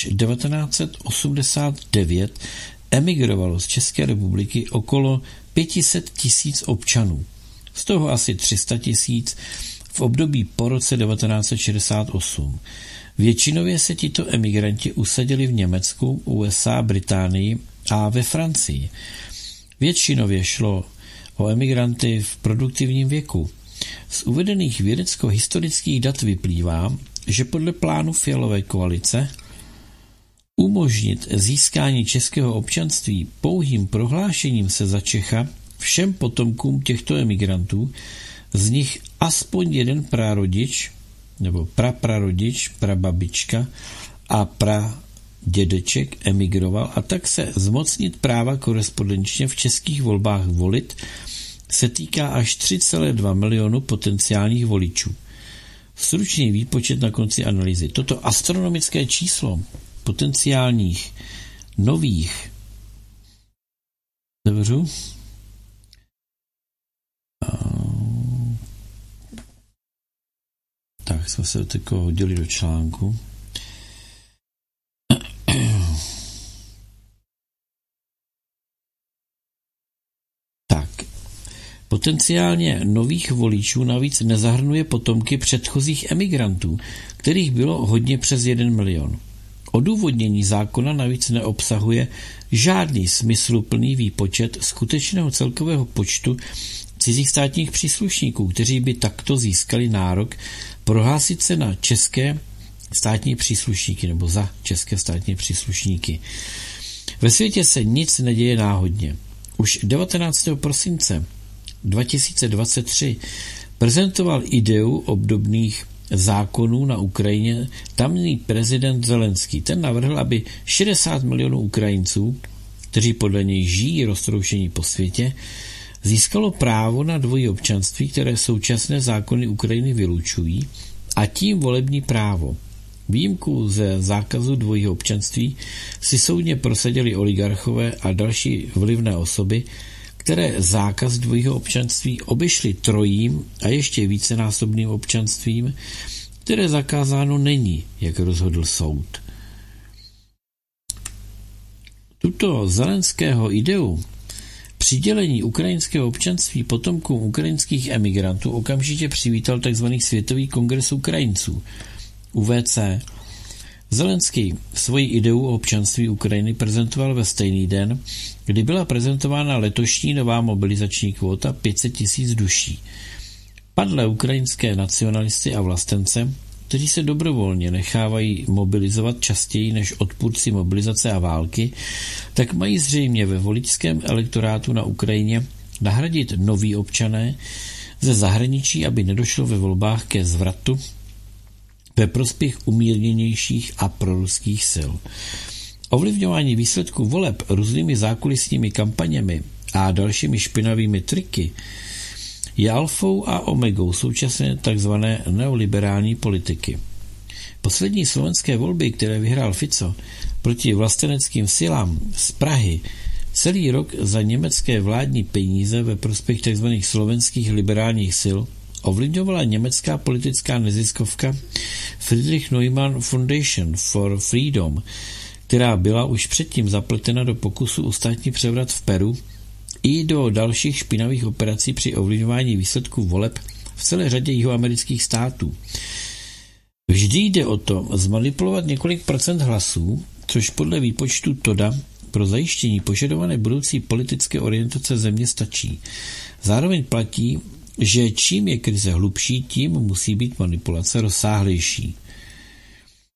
S1: 1989 emigrovalo z České republiky okolo 500 000 občanů. Z toho asi 300 000 v období po roce 1968. Většinově se tito emigranti usadili v Německu, USA, Británii a ve Francii. Většinově šlo o emigranty v produktivním věku. Z uvedených vědecko-historických dat vyplývá, že podle plánu Fialové koalice umožnit získání českého občanství pouhým prohlášením se za Čecha všem potomkům těchto emigrantů, z nich aspoň jeden prarodič nebo praprarodič, prababička a pradědeček emigroval a tak se zmocnit práva korespondenčně v českých volbách volit se týká až 3,2 milionu potenciálních voličů. Stručný výpočet na konci analýzy. Toto astronomické číslo potenciálních nových tak jsme se teď hodili do článku. Tak. Potenciálně nových voličů navíc nezahrnuje potomky předchozích emigrantů, kterých bylo hodně přes 1 milion. Odůvodnění zákona navíc neobsahuje žádný smysluplný výpočet skutečného celkového počtu cizích státních příslušníků, kteří by takto získali nárok prohlásit se na české státní příslušníky nebo za české státní příslušníky. Ve světě se nic neděje náhodně. Už 19. prosince 2023 prezentoval ideu obdobných zákonů na Ukrajině tamní prezident Zelenský. Ten navrhl, aby 60 milionů Ukrajinců, kteří podle něj žijí roztroušení po světě, získalo právo na dvojí občanství, které současné zákony Ukrajiny vylučují, a tím volební právo. Výjimku ze zákazu dvojího občanství si soudně prosadili oligarchové a další vlivné osoby, které zákaz dvojího občanství obešly trojím a ještě vícenásobným občanstvím, které zakázáno není, jak rozhodl soud. Tuto Zelenského ideu přidělení ukrajinského občanství potomkům ukrajinských emigrantů okamžitě přivítal tzv. Světový kongres Ukrajinců, UVC. Zelenský svoji ideu o občanství Ukrajiny prezentoval ve stejný den, kdy byla prezentována letošní nová mobilizační kvóta 500 000 duší. Padlé ukrajinské nacionalisty a vlastence, kteří se dobrovolně nechávají mobilizovat častěji než odpůrci mobilizace a války, tak mají zřejmě ve voličském elektorátu na Ukrajině nahradit noví občané ze zahraničí, aby nedošlo ve volbách ke zvratu ve prospěch umírněnějších a proruských sil. Ovlivňování výsledků voleb různými zákulisními kampaněmi a dalšími špinavými triky je alfou a omegou současné tzv. Neoliberální politiky. Poslední slovenské volby, které vyhrál Fico proti vlasteneckým silám z Prahy, celý rok za německé vládní peníze ve prospěch tzv. Slovenských liberálních sil ovlivňovala německá politická neziskovka Friedrich Neumann Foundation for Freedom, která byla už předtím zapletena do pokusu o státní převrat v Peru i do dalších špinavých operací při ovlivňování výsledků voleb v celé řadě jihoamerických států. Vždy jde o to zmanipulovat několik procent hlasů, což podle výpočtu Toda pro zajištění požadované budoucí politické orientace země stačí. Zároveň platí, že čím je krize hlubší, tím musí být manipulace rozsáhlejší.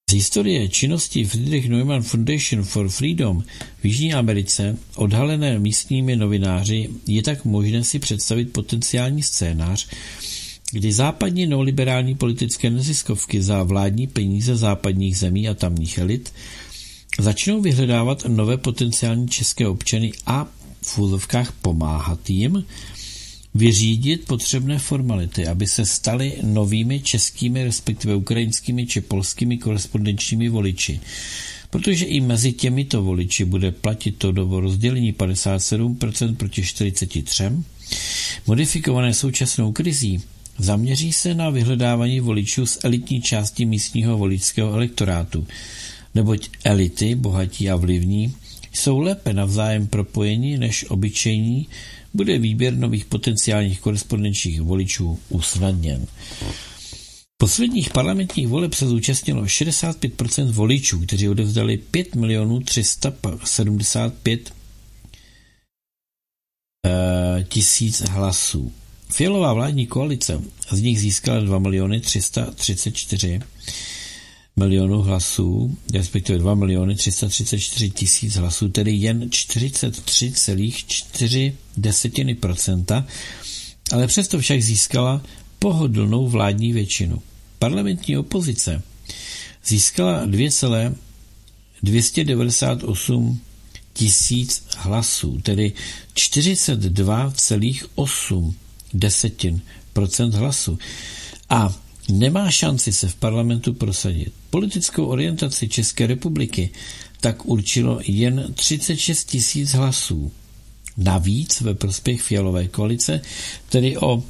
S1: Z historie činnosti Friedrich Naumann Foundation for Freedom v Jižní Americe, odhalené místními novináři, je tak možné si představit potenciální scénář, kdy západní neoliberální politické neziskovky za vládní peníze západních zemí a tamních elit začnou vyhledávat nové potenciální české občany a v úzovkách pomáhat jim vyřídit potřebné formality, aby se stali novými českými, respektive ukrajinskými či polskými korespondenčními voliči. Protože i mezi těmito voliči bude platit to dobo rozdělení 57% proti 43%, modifikované současnou krizí, zaměří se na vyhledávání voličů z elitní části místního voličského elektorátu, neboť elity, bohatí a vlivní, jsou lépe navzájem propojení než obyčejní, bude výběr nových potenciálních korespondenčních voličů usnadněn. Posledních parlamentních voleb se zúčastnilo 65% voličů, kteří odevzdali 5 375 000 hlasů. Fialová vládní koalice z nich získala 2 334 000 hlasů, respektive 2 334 000 hlasů, tedy jen 43,4%, ale přesto však získala pohodlnou vládní většinu. Parlamentní opozice získala 298 000 hlasů, tedy 42,8% hlasů. A nemá šanci se v parlamentu prosadit. Politickou orientaci České republiky tak určilo jen 36 000 hlasů. Navíc ve prospěch Fialové koalice, tedy o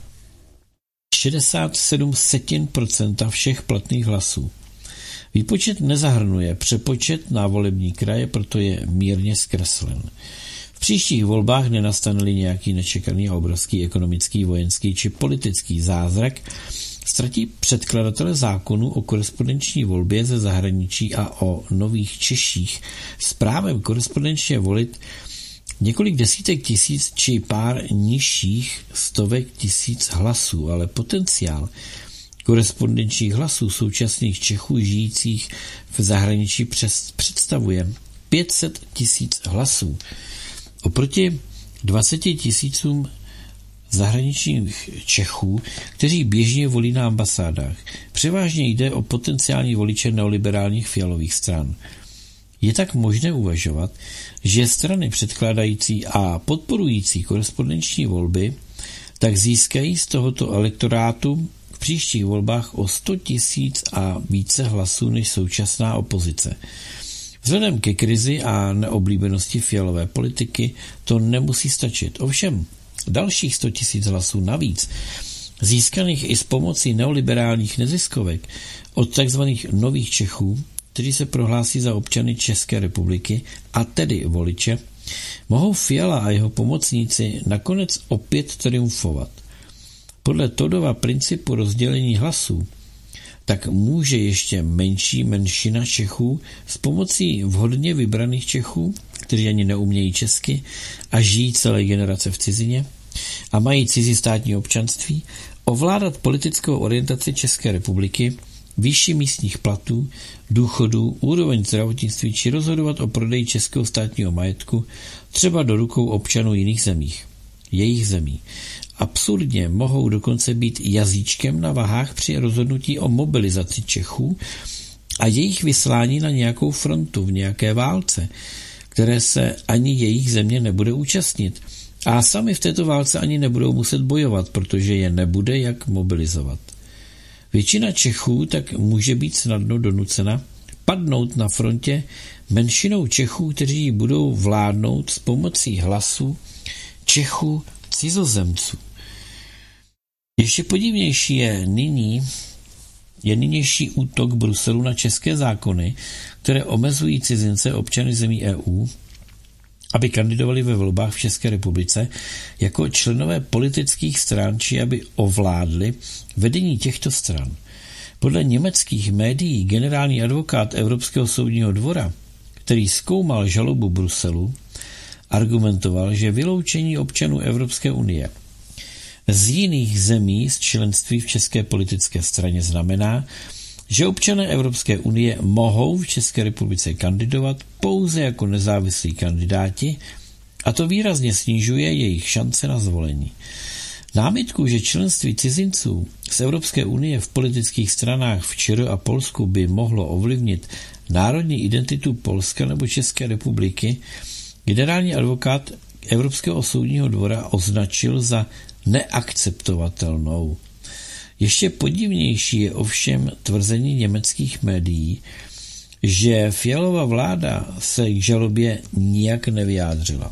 S1: 67% všech platných hlasů. Výpočet nezahrnuje přepočet na volební kraje, proto je mírně zkreslen. V příštích volbách nenastane-li nějaký nečekaný a obrovský ekonomický, vojenský či politický zázrak, ztratí předkladatele zákonu o korespondenční volbě ze zahraničí a o nových Češích s právem korespondenčně volit několik desítek tisíc či pár nižších stovek tisíc hlasů, ale potenciál korespondenčních hlasů současných Čechů žijících v zahraničí představuje 500 000 hlasů. Oproti 20 000 zahraničních Čechů, kteří běžně volí na ambasádách. Převážně jde o potenciální voliče neoliberálních fialových stran. Je tak možné uvažovat, že strany předkládající a podporující korespondenční volby tak získají z tohoto elektorátu v příštích volbách o 100 000 a více hlasů než současná opozice. Vzhledem ke krizi a neoblíbenosti fialové politiky to nemusí stačit. Ovšem, dalších 100 000 hlasů navíc, získaných i s pomocí neoliberálních neziskovek od tzv. Nových Čechů, kteří se prohlásí za občany České republiky, a tedy voliče, mohou Fiala a jeho pomocníci nakonec opět triumfovat. Podle Toddova principu rozdělení hlasů tak může ještě menší menšina Čechů s pomocí vhodně vybraných Čechů, kteří ani neumějí česky a žijí celé generace v cizině a mají cizí státní občanství, ovládat politickou orientaci České republiky, výši místních platů, důchodů, úroveň zdravotnictví či rozhodovat o prodeji českého státního majetku třeba do rukou občanů jejich zemí. Absurdně mohou dokonce být jazyčkem na vahách při rozhodnutí o mobilizaci Čechů a jejich vyslání na nějakou frontu v nějaké válce, které se ani jejich země nebude účastnit. A sami v této válce ani nebudou muset bojovat, protože je nebude jak mobilizovat. Většina Čechů tak může být snadno donucena padnout na frontě menšinou Čechů, kteří budou vládnout s pomocí hlasu Čechů cizozemců. Ještě podivnější je nynější útok Bruselu na české zákony, které omezují cizince občany zemí EU, aby kandidovali ve volbách v České republice jako členové politických stran, či aby ovládli vedení těchto stran. Podle německých médií generální advokát Evropského soudního dvora, který zkoumal žalobu Bruselu, argumentoval, že vyloučení občanů Evropské unie z jiných zemí z členství v české politické straně znamená, že občané Evropské unie mohou v České republice kandidovat pouze jako nezávislí kandidáti a to výrazně snižuje jejich šance na zvolení. Námitku, že členství cizinců z Evropské unie v politických stranách v ČR a Polsku by mohlo ovlivnit národní identitu Polska nebo České republiky, generální advokát Evropského soudního dvora označil za neakceptovatelnou. Ještě podivnější je ovšem tvrzení německých médií, že Fialova vláda se k žalobě nijak nevyjádřila.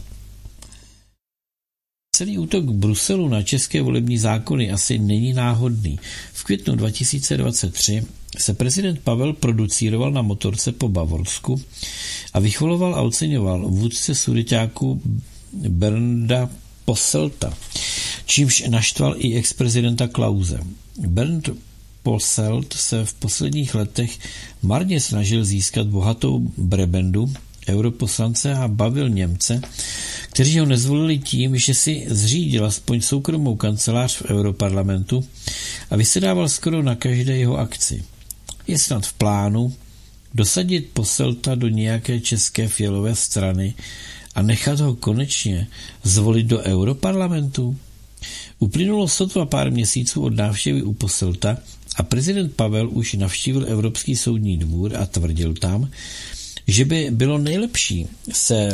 S1: Celý útok Bruselu na české volební zákony asi není náhodný. V květnu 2023 se prezident Pavel producíroval na motorce po Bavorsku a vychvaloval a oceňoval vůdce sudeťáků Bernda Posselta, čímž naštval i ex-prezidenta Klause. Bernd Posselt se v posledních letech marně snažil získat bohatou prebendu europoslance a bavil Němce, kteří ho nezvolili tím, že si zřídil aspoň soukromou kancelář v Europarlamentu a vysedával skoro na každé jeho akci. Je snad v plánu dosadit Posselta do nějaké české Fialové strany a nechat ho konečně zvolit do Europarlamentu? Uplynulo sotva pár měsíců od návštěvy u Posselta a prezident Pavel už navštívil Evropský soudní dvůr a tvrdil tam, že by bylo nejlepší se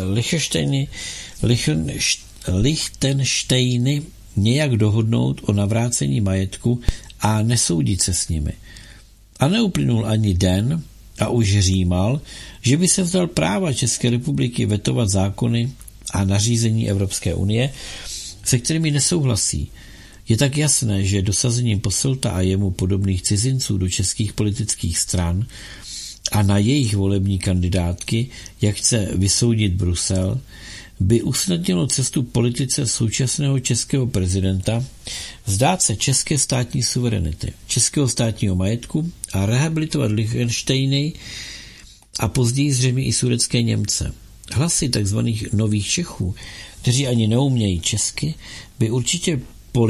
S1: Lichtenštejny nějak dohodnout o navrácení majetku a nesoudit se s nimi. A neuplynul ani den a už římal, že by se vzdal práva České republiky vetovat zákony a nařízení Evropské unie, se kterými nesouhlasí. Je tak jasné, že dosazením Posselta a jemu podobných cizinců do českých politických stran a na jejich volební kandidátky, jak chce vysoudit Brusel, by usnadnilo cestu politice současného českého prezidenta vzdát se české státní suverenity, českého státního majetku a rehabilitovat Lichtenštejny a později zřejmě i sudetské Němce. Hlasy tzv. Nových Čechů, kteří ani neumějí česky, by určitě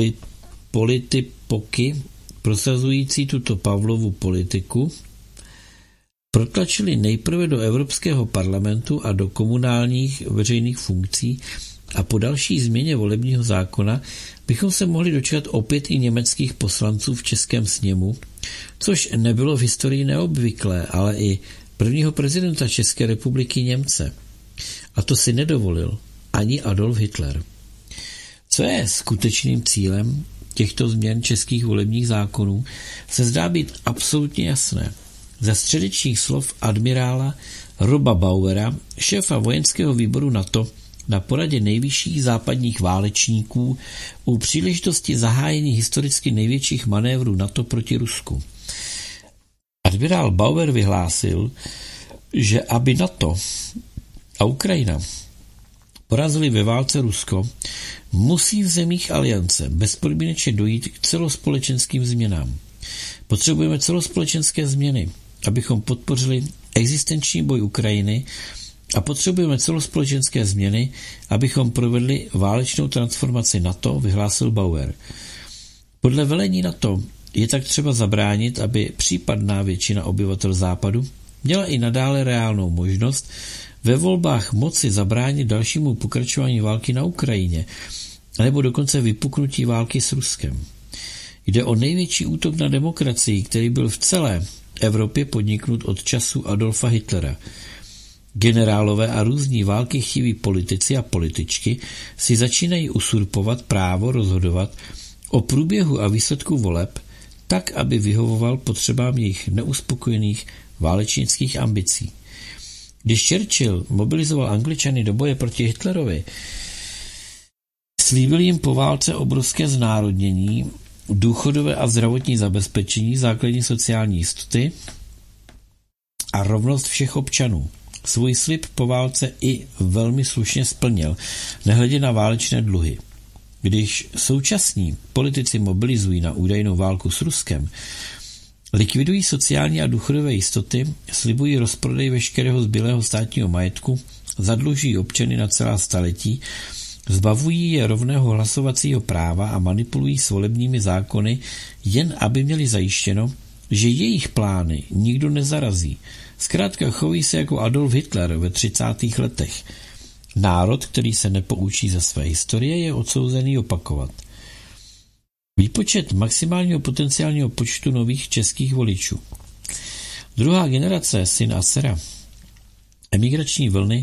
S1: politipoky prosazující tuto Pavlovu politiku protlačili nejprve do Evropského parlamentu a do komunálních veřejných funkcí a po další změně volebního zákona bychom se mohli dočkat opět i německých poslanců v českém sněmu, což nebylo v historii neobvyklé, ale i prvního prezidenta České republiky Němce. A to si nedovolil ani Adolf Hitler. Co je skutečným cílem těchto změn českých volebních zákonů, se zdá být absolutně jasné. Ze středečních slov admirála Roba Bauera, šéfa vojenského výboru NATO, na poradě nejvyšších západních válečníků u příležitosti zahájení historicky největších manévrů NATO proti Rusku. Admirál Bauer vyhlásil, že aby NATO a Ukrajina porazili ve válce Rusko, musí v zemích aliance bezpodmínečně dojít k celospolečenským změnám. Potřebujeme celospolečenské změny, abychom podpořili existenční boj Ukrajiny a potřebujeme celospolečenské změny, abychom provedli válečnou transformaci NATO, vyhlásil Bauer. Podle velení NATO je tak třeba zabránit, aby případná většina obyvatel Západu měla i nadále reálnou možnost ve volbách moci zabránit dalšímu pokračování války na Ukrajině nebo dokonce vypuknutí války s Ruskem. Jde o největší útok na demokracii, který byl v celé Evropě podniknut od času Adolfa Hitlera. Generálové a různí války chtiví politici a političky si začínají usurpovat právo rozhodovat o průběhu a výsledku voleb tak, aby vyhovoval potřebám jejich neuspokojených válečnických ambicí. Když Churchill mobilizoval Angličany do boje proti Hitlerovi, slíbil jim po válce obrovské znárodnění, důchodové a zdravotní zabezpečení, základní sociální jistoty a rovnost všech občanů. Svůj slib po válce i velmi slušně splnil, nehledě na válečné dluhy. Když současní politici mobilizují na údajnou válku s Ruskem, likvidují sociální a důchodové jistoty, slibují rozprodej veškerého zbylého státního majetku, zadlužují občany na celá staletí, zbavují je rovného hlasovacího práva a manipulují s volebními zákony, jen aby měli zajištěno, že jejich plány nikdo nezarazí. Zkrátka choví se jako Adolf Hitler ve 30. letech. Národ, který se nepoučí ze své historie, je odsouzený opakovat. Výpočet maximálního potenciálního počtu nových českých voličů. Druhá generace, syn a dcera, emigrační vlny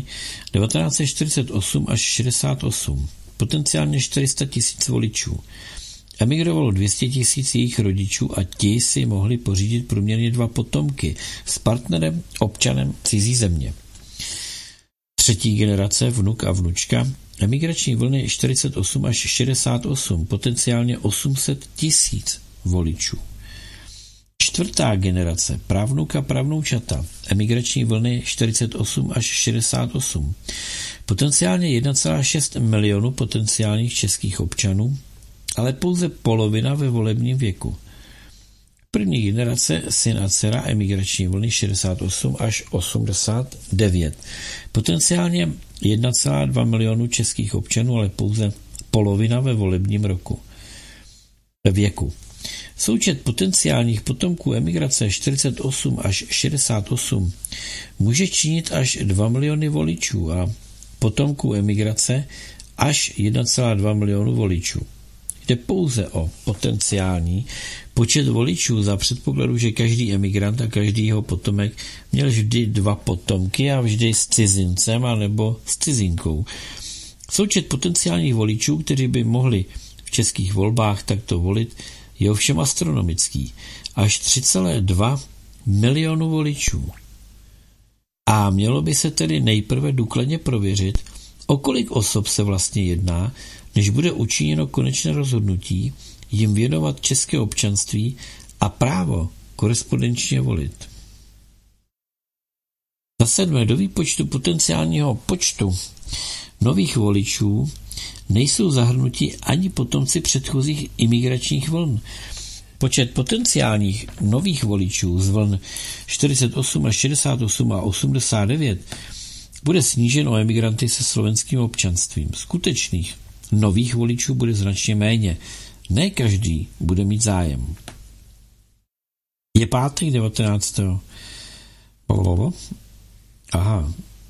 S1: 1948 až 68, potenciálně 400 000 voličů. Emigrovalo 200 000 jejich rodičů a ti si mohli pořídit průměrně 2 potomky s partnerem, občanem cizí země. Třetí generace, vnuk a vnučka, emigrační vlny 48 až 68, potenciálně 800 000 voličů. Čtvrtá generace, pravnuk a pravnoučata, emigrační vlny 48 až 68, potenciálně 1,6 milionu potenciálních českých občanů, ale pouze polovina ve volebním věku. První generace, syn a dcera, emigrační vlny 68 až 89. Potenciálně 1,2 milionu českých občanů, ale pouze polovina ve volebním věku. Součet potenciálních potomků emigrace 48 až 68 může činit až 2 miliony voličů a potomků emigrace až 1,2 milionu voličů. Jde pouze o potenciální počet voličů za předpokladu, že každý emigrant a každý jeho potomek měl vždy 2 potomky a vždy s cizincem anebo s cizinkou. Součet potenciálních voličů, kteří by mohli v českých volbách takto volit, je ovšem astronomický. Až 3,2 milionu voličů. A mělo by se tedy nejprve důkladně prověřit, o kolik osob se vlastně jedná, než bude učiněno konečné rozhodnutí jim věnovat české občanství a právo korespondenčně volit. Za 7. do výpočtu potenciálního počtu nových voličů nejsou zahrnuti ani potomci předchozích imigračních vln. Počet potenciálních nových voličů z vln 48 až 68 a 89 bude snížen o emigranty se slovenským občanstvím. Skutečných nových voličů bude značně méně. Ne každý bude mít zájem. Je pátek 19. Aha.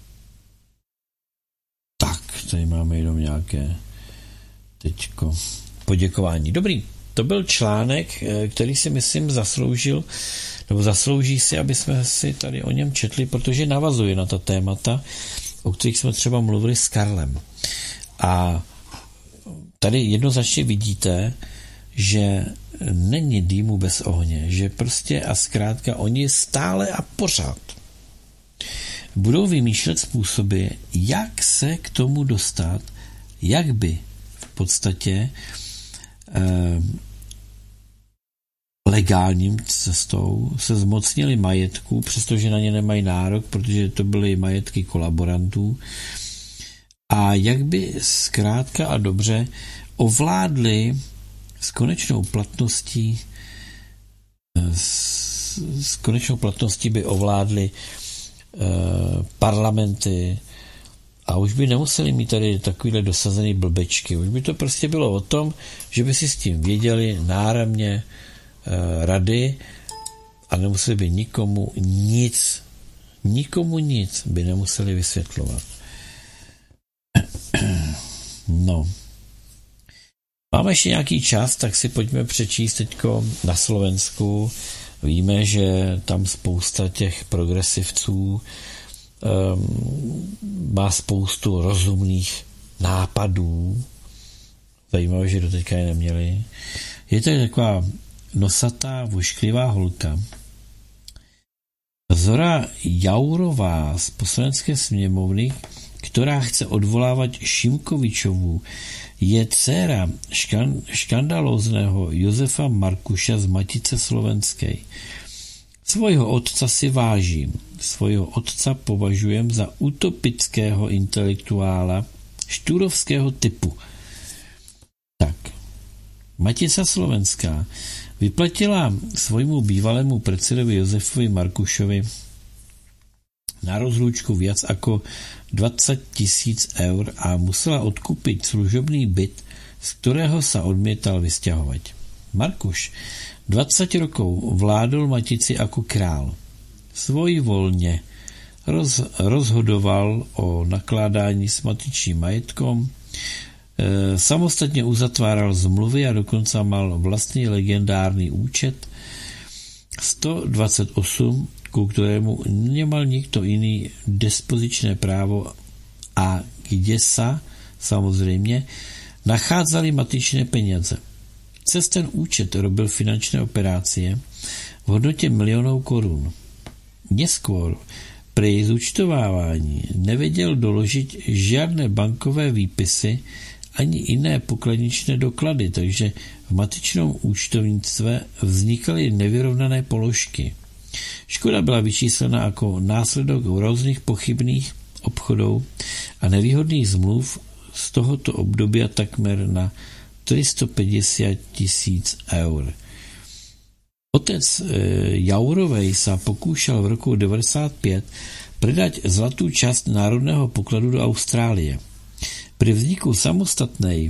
S1: Tak, tady máme jenom nějaké teďko poděkování. Dobrý, to byl článek, který si myslím zaslouží si, aby jsme si tady o něm četli, protože navazuje na ta témata, o kterých jsme třeba mluvili s Karlem. A tady jednoznačně vidíte, že není dýmu bez ohně, že prostě a zkrátka oni stále a pořád budou vymýšlet způsoby, jak se k tomu dostat, jak by v podstatě legálním cestou se zmocnili majetku, přestože na ně nemají nárok, protože to byly majetky kolaborantů, a jak by zkrátka a dobře ovládli s konečnou platností by ovládli parlamenty a už by nemuseli mít tady takovýhle dosazený blbečky. Už by to prostě bylo o tom, že by si s tím věděli náramně rady a nemuseli by nikomu nic by nemuseli vysvětlovat. No. Máme ještě nějaký čas, tak si pojďme přečíst teďko na Slovensku. Víme, že tam spousta těch progresivců má spoustu rozumných nápadů. Zajímavé, že doteďka je neměli. Je to taková nosatá, vošklivá holka. Zora Jourová z Poslanecké sněmovny, která chce odvolávat Šimkovičovu, je dcéra škandalózného Josefa Markuša z Matice slovenskej. Svojho otca si vážím. Svojho otca považujem za utopického intelektuála štúrovského typu. Tak, Matica slovenská vyplatila svojmu bývalému predsedovi Josefovi Markušovi na rozlúčku viac ako 20 000 eur a musela odkúpiť služobný byt, z ktorého sa odmietal vysťahovať. Markuš 20 rokov vládol Matici jako král. Svojvolně rozhodoval o nakládání s matičím majetkom, samostatně uzatváral zmluvy a dokonce mal vlastní legendární účet 128, ku kterému nemal nikto jiný dispozičné právo a kde sa, samozřejmě, nachádzali matičné peníze. Cez ten účet robil finančné operácie v hodnotě milionů korun. Neskôr pri zúčtovávání nevěděl doložit žádné bankové výpisy ani jiné pokladničné doklady, takže v matičnom účtovnictve vznikaly nevyrovnané položky. Škoda byla vyčíslena jako následok různých pochybných obchodů a nevýhodných zmluv z tohoto období takmer na 350 000 eur. Otec Jaurovej sa pokúšal v roku 1995 predať zlatú časť národného pokladu do Austrálie. Pri vzniku samostatnej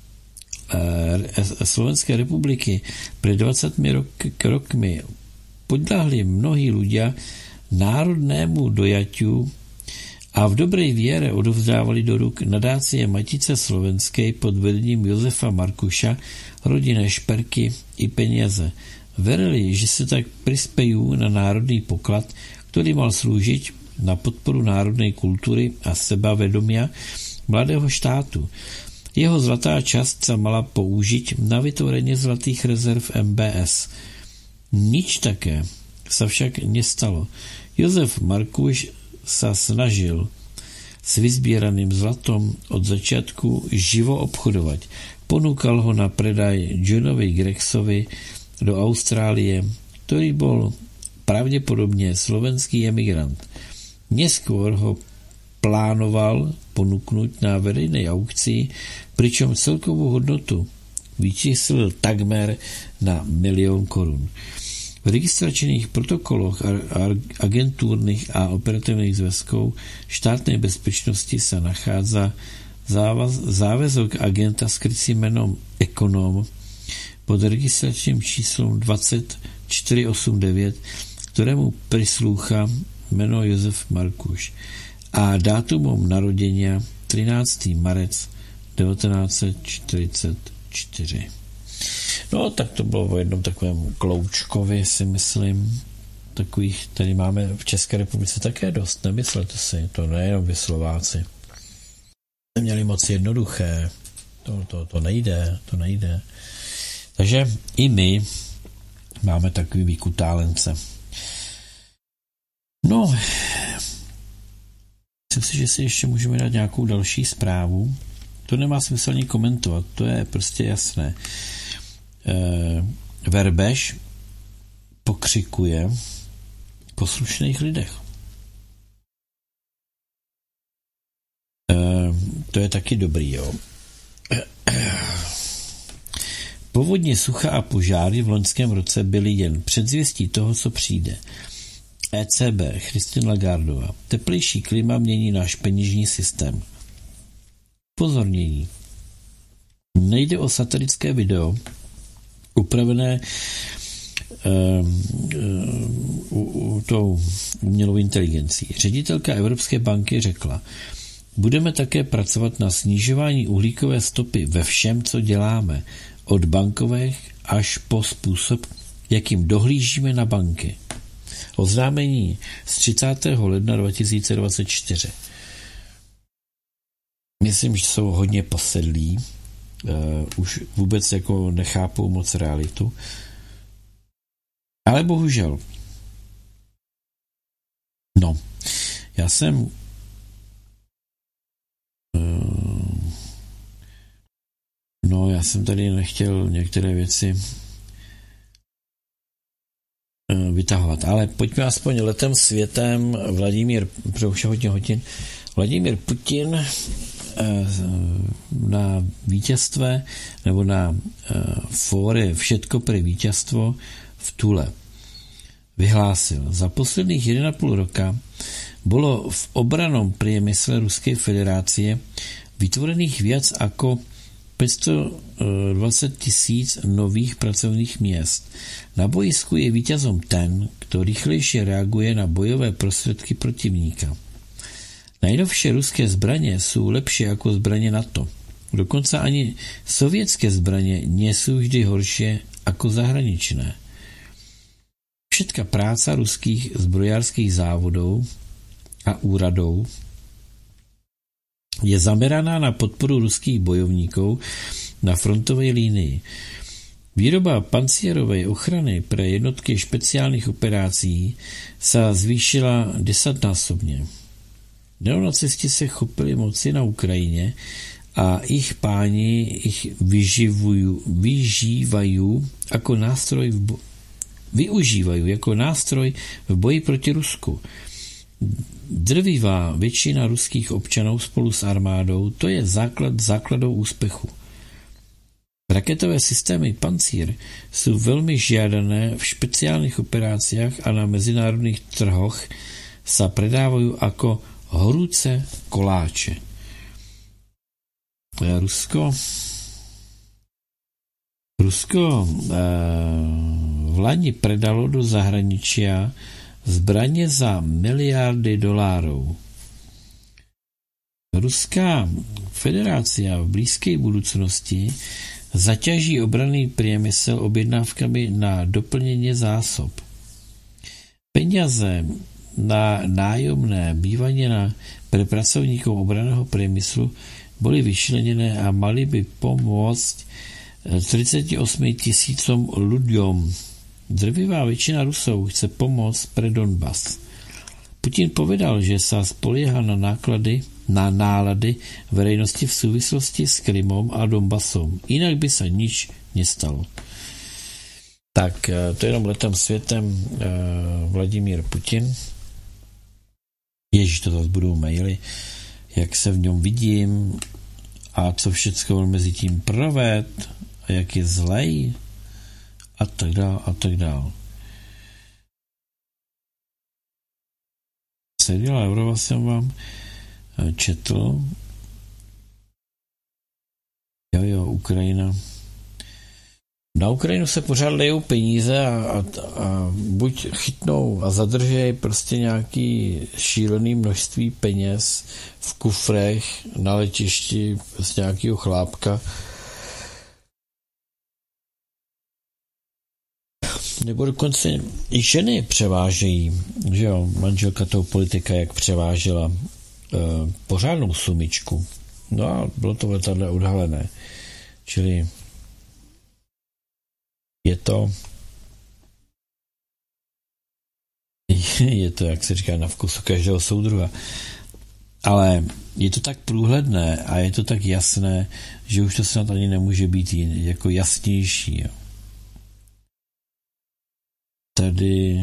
S1: Slovenskej republiky pred 20 rokmi podľahli mnohí ľudia národnému dojatiu a v dobrej viere odovzdávali do ruk nadácie Matice Slovenskej pod vedením Jozefa Markuša rodinné šperky i peniaze. Verili, že se tak prispejú na národný poklad, ktorý mal slúžiť na podporu národnej kultury a sebavedomia mladého štátu. Jeho zlatá časť sa mala použiť na vytvorenie zlatých rezerv MBS. Nič také sa však nestalo. Jozef Markuš sa snažil s vyzbieraným zlatom od začiatku živo obchodovať. Ponúkal ho na predaj Johnovi Gregsovi do Austrálie, ktorý bol pravdepodobne slovenský emigrant. Neskôr ho plánoval ponúknuť na verejnej aukcii, pričom celkovú hodnotu vyčíslil takmer na 1 000 000 korun. V registračných protokoloch agentúrnych a operatívnych zväzkov štátnej bezpečnosti sa nachádza záväzok agenta s krycím menom Ekonóm pod registračným číslom 2489, ktorému prislúcha meno Jozef Markuš a dátumom narodenia 13. marec 1944. No, tak to bylo o jednom takovém kloučkovi, si myslím. Takových tady máme v České republice také dost, nemyslete si, to nejenom vy Slováci. Neměli moc jednoduché, to nejde. Takže i my máme takový vykutálence. No, myslím si, že si ještě můžeme dát nějakou další zprávu. To nemá smysl ani komentovat, to je prostě jasné. Verbež pokřikuje po slušných lidech. To je taky dobrý, jo. Povodně, sucha a požáry v loňském roce byly jen předzvěstí toho, co přijde. ECB, Christine Lagardová. Teplejší klima mění náš peněžní systém. Pozornění. Nejde o satirické video, upravené tou umělou inteligencí. Ředitelka Evropské banky řekla, budeme také pracovat na snižování uhlíkové stopy ve všem, co děláme, od bankových až po způsob, jakým dohlížíme na banky. Oznámení z 30. ledna 2024. Myslím, že jsou hodně posedlí, už vůbec jako nechápou moc realitu. Ale bohužel. No, já jsem tady nechtěl některé věci vytahovat, ale pojďme aspoň letem světem. Vladimír Putin na vítězstve nebo na fóre Všetko pre vítězstvo v Tule vyhlásil. Za posledných 1,5 roka bylo v obranom priemysle Ruskej federácie vytvorených viac ako 520 000 nových pracovních míst. Na bojisku je vítězem ten, kdo rychlejší reaguje na bojové prostředky protivníka. Nejnovší ruské zbraně jsou lepší jako zbraně NATO. Dokonce ani sovětské zbraně nejsou vždy horší jako zahraničné. Všetka práca ruských zbrojářských závodů a úradů je zameraná na podporu ruských bojovníků na frontové linii. Výroba pancierové ochrany pro jednotky speciálních operací se zvýšila 10násobně. Neonacisti se chopili moci na Ukrajině a jejich páni jich využívají jako nástroj v boji proti Rusku. Drvivá většina ruských občanů spolu s armádou, to je základou úspěchu. Raketové systémy Pancír jsou velmi žádané v speciálních operacích a na mezinárodních trhoch se predávají jako horúce koláče. Rusko vlani predalo do zahraničia zbraně za miliardy dolárů. Ruská federácia v blízké budoucnosti zaťaží obranný priemysel objednávkami na doplnění zásob. Peníze na nájomné bývanie pre pracovníkov obranného priemyslu boli vyčlenené a mali by pomôcť 38 000 ľuďom. Drvivá většina Rusov chce pomoct pre Donbas. Putin povedal, že sa spolieha na nálady verejnosti v súvislosti s Krymom a Donbasom. Jinak by sa nič nestalo. Tak, to je jenom letem světem Vladimír Putin. Ježiš, to zase budou maily, jak se v něm vidím a co všecko on mezi tím proved a jak je zlej a tak dál a tak dál. Seriál Eurova jsem vám četl. Jo, Ukrajina. Na Ukrajinu se pořád lejou peníze a buď chytnou a zadržej prostě nějaký šílený množství peněz v kufrech na letišti z nějakého chlápka, nebo dokonce i ženy převážejí, že jo, manželka toho politika, jak převážela pořádnou sumičku. No a bylo to letadle odhalené. Čili je to, jak se říká, na vkusu každého soudruha. Ale je to tak průhledné a je to tak jasné, že už to snad ani nemůže být jako jasnější. Jo. Tady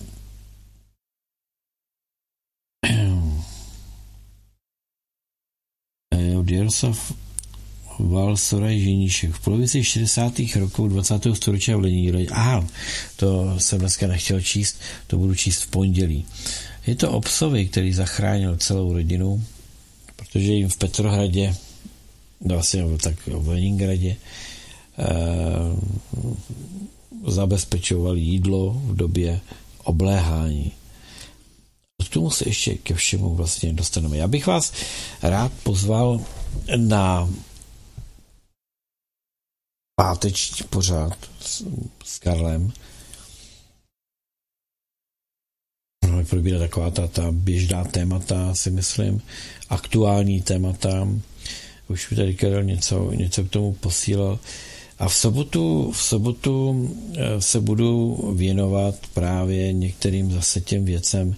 S1: Jaroslav Valsoraj Ženíšek. V polovici 60. roků 20. století v Leningradu. To jsem dneska nechtěl číst, to budu číst v pondělí. Je to Obsovi, který zachránil celou rodinu, protože jim v Petrohradě, vlastně tak v Leningradě, zabezpečovali jídlo v době obléhání. K tomu se ještě ke všemu vlastně dostaneme. Já bych vás rád pozval na páteční pořád s Karlem. Máme probírat taková ta běžná témata, si myslím, aktuální témata. Už mi tady Karel něco k tomu posílal. A v sobotu se budu věnovat právě některým zase těm věcem,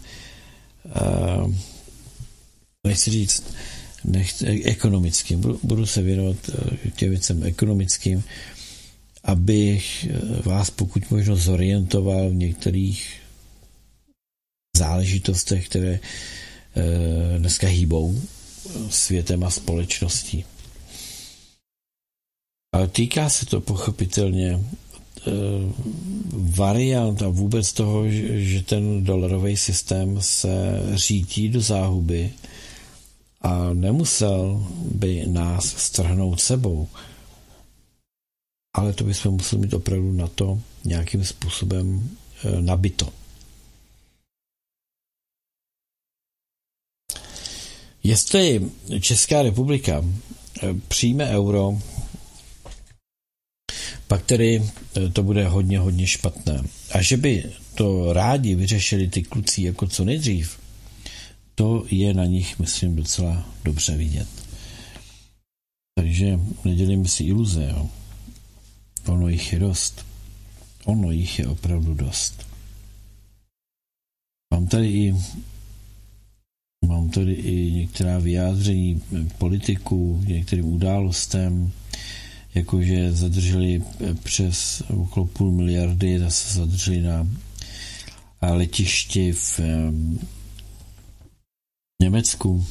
S1: nechci říct, ekonomickým. Budu se věnovat těm věcem ekonomickým, abych vás pokud možno zorientoval v některých záležitostech, které dneska hýbou světem a společností. Ale týká se to pochopitelně variant a vůbec toho, že ten dolarový systém se řítí do záhuby a nemusel by nás strhnout sebou. ale to bychom museli mít opravdu na to nějakým způsobem nabito. Jestli Česká republika přijme euro, pak tedy to bude hodně, hodně špatné. A že by to rádi vyřešili ty kluci jako co nejdřív, to je na nich, myslím, docela dobře vidět. Takže nedělíme si iluze, jo. Ono jich je dost. Ono jich je opravdu dost. Mám tady i některá vyjádření politiků k některým událostem, jakože zadrželi přes okolo 500 miliardy, zase zadrželi na letišti v Německu.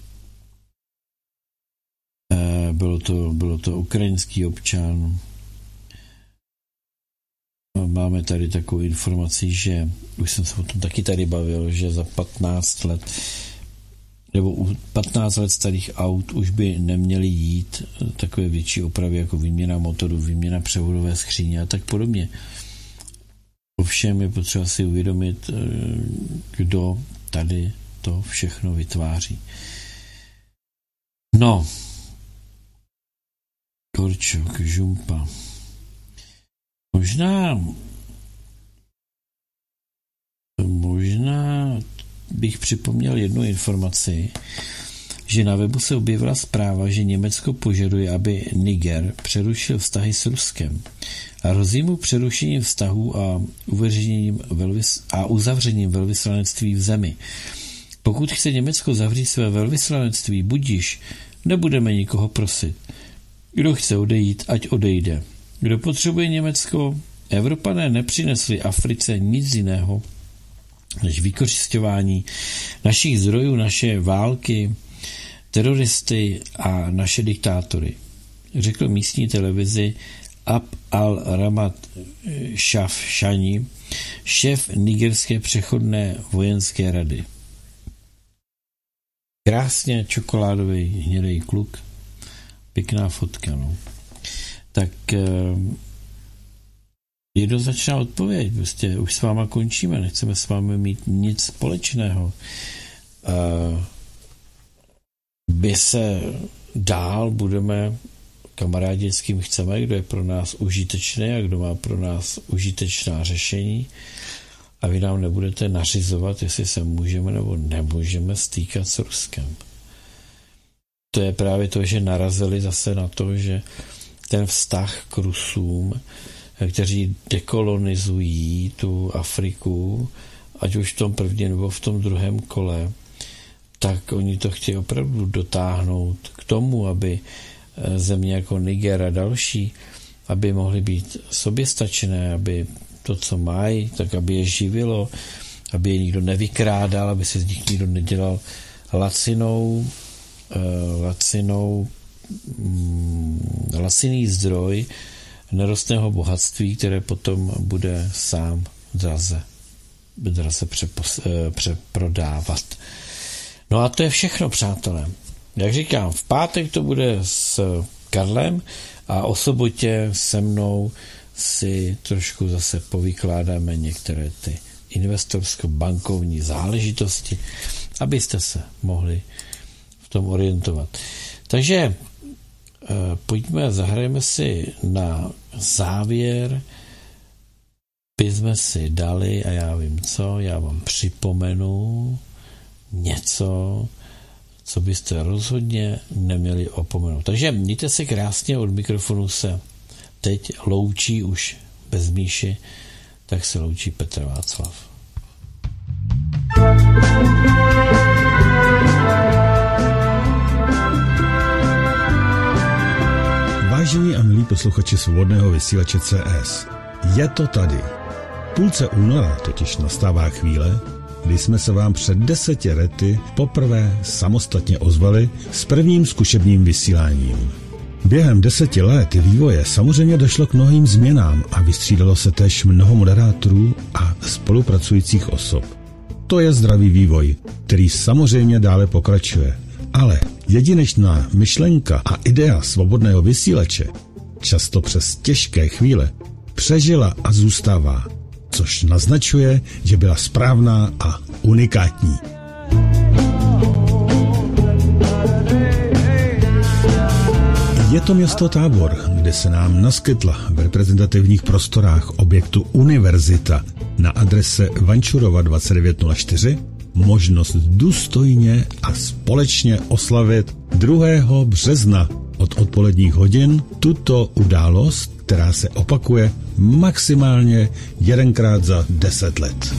S1: Bylo to ukrajinský občan. Máme tady takovou informaci, že už jsem se o tom taky tady bavil, že za 15 let nebo u 15 let starých aut už by neměly jít takové větší opravy jako výměna motoru, výměna převodové skříně a tak podobně. Ovšem je potřeba si uvědomit, kdo tady to všechno vytváří. No, Korčok, Žumpa. Možná bych připomněl jednu informaci, že na webu se objevila zpráva, že Německo požaduje, aby Niger přerušil vztahy s Ruskem a hrozí mu přerušením vztahů a uzavřením velvyslanectví v zemi. Pokud chce Německo zavřít své velvyslanectví, budiž, nebudeme nikoho prosit. Kdo chce odejít, ať odejde. Kdo potřebuje Německo, Evropané nepřinesli Africe nic jiného než vykořisťování našich zdrojů, naše války, teroristy a naše diktátory, řekl místní televizi Ab al-Ramad Shafshani, šéf nigerské přechodné vojenské rady. Krásně čokoládový hnědý kluk, pěkná fotka, no. Tak jednoznačná odpověď, prostě už s váma končíme, nechceme s vámi mít nic společného. By se dál budeme kamarádi, s kým chceme, kdo je pro nás užitečný a kdo má pro nás užitečná řešení a vy nám nebudete nařizovat, jestli se můžeme nebo nemůžeme stýkat s Ruskem. To je právě to, že narazili zase na to, že ten vztah k Rusům, kteří dekolonizují tu Afriku, ať už v tom prvním nebo v tom druhém kole, tak oni to chtějí opravdu dotáhnout k tomu, aby země jako Niger a další, aby mohly být soběstačné, aby to, co mají, tak aby je živilo, aby je nikdo nevykrádal, aby se z nich nikdo nedělal laciný zdroj nerostného bohatství, které potom bude sám draze přeprodávat. No a to je všechno, přátelé. Jak říkám, v pátek to bude s Karlem a o sobotě se mnou si trošku zase povykládáme některé ty investorsko-bankovní záležitosti, abyste se mohli v tom orientovat. Takže pojďme, zahrajeme si na závěr, bychom si dali a já vím co, já vám připomenu něco, co byste rozhodně neměli opomenout. Takže mějte se krásně, od mikrofonu se teď loučí už bez Míši, tak se loučí Petr Václav.
S3: Vážení a milí posluchači Svobodného vysílače CS, je to tady. V půlce února totiž nastává chvíle, kdy jsme se vám před 10 lety poprvé samostatně ozvali s prvním zkušebním vysíláním. Během 10 let vývoje samozřejmě došlo k mnohým změnám a vystřídalo se též mnoho moderátorů a spolupracujících osob. To je zdravý vývoj, který samozřejmě dále pokračuje. Ale jedinečná myšlenka a idea Svobodného vysílače často přes těžké chvíle, přežila a zůstává, což naznačuje, že byla správná a unikátní. Je to město Tábor, kde se nám naskytla v reprezentativních prostorách objektu Univerzita na adrese Vančurova 2904 možnost důstojně a společně oslavit 2. března od odpoledních hodin tuto událost, která se opakuje maximálně 1krát za 10 let.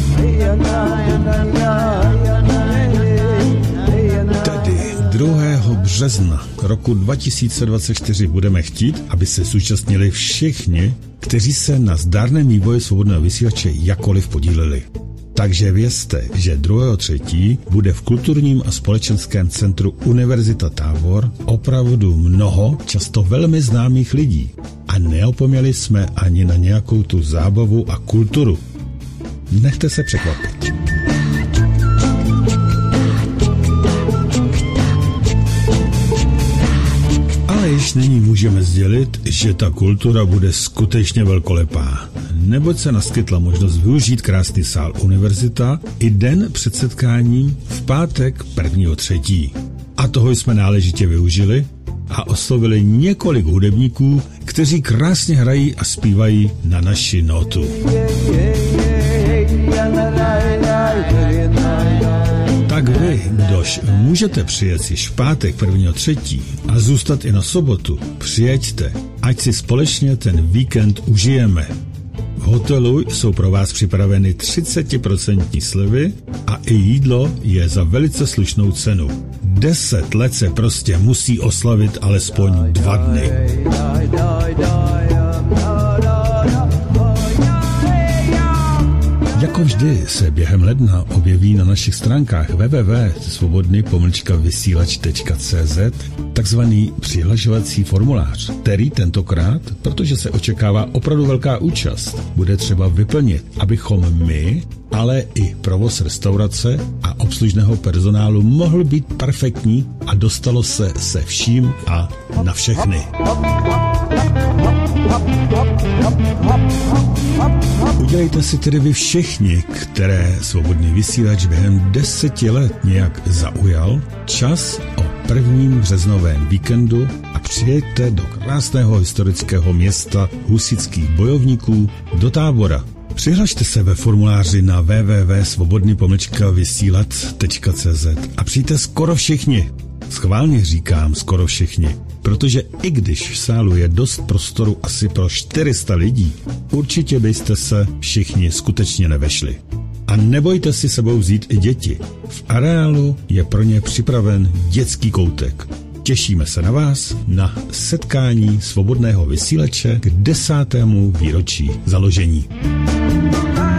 S3: Tedy 2. března roku 2024 budeme chtít, aby se zúčastnili všichni, kteří se na zdárném vývoji svobodného vysílače jakkoliv podíleli. Takže vězte, že 2.3. bude v kulturním a společenském centru Univerzita Tábor opravdu mnoho, často velmi známých lidí. A neopomněli jsme ani na nějakou tu zábavu a kulturu. Nechte se překvapit. Ale již nyní můžeme sdělit, že ta kultura bude skutečně velkolepá. Neboť se naskytla možnost využít krásný sál Univerzita i den před setkáním v pátek 1.3. A toho jsme náležitě využili a oslovili několik hudebníků, kteří krásně hrají a zpívají na naši notu. Tak vy, kdož můžete přijet již v pátek 1.3. a zůstat i na sobotu, přijeďte, ať si společně ten víkend užijeme. V hotelu jsou pro vás připraveny 30% slevy a i jídlo je za velice slušnou cenu. 10 let se prostě musí oslavit alespoň 2 dny. Jako vždy se během ledna objeví na našich stránkách www.svobodny-vysílač.cz takzvaný přihlašovací formulář, který tentokrát, protože se očekává opravdu velká účast, bude třeba vyplnit, abychom my, ale i provoz restaurace a obslužného personálu mohl být perfektní a dostalo se vším a na všechny. Udělejte si tedy vy všichni, které svobodný vysílač během 10 let nějak zaujal, čas o 1. březnovém víkendu a přijeďte do krásného historického města husitských bojovníků do Tábora. Přihlašte se ve formuláři na www.svobodny-vysílac.cz a přijďte skoro všichni. Schválně říkám skoro všichni, protože i když v sálu je dost prostoru asi pro 400 lidí, určitě byste se všichni skutečně nevešli. A nebojte si sebou vzít i děti. V areálu je pro ně připraven dětský koutek. Těšíme se na vás na setkání svobodného vysílače k 10. výročí založení.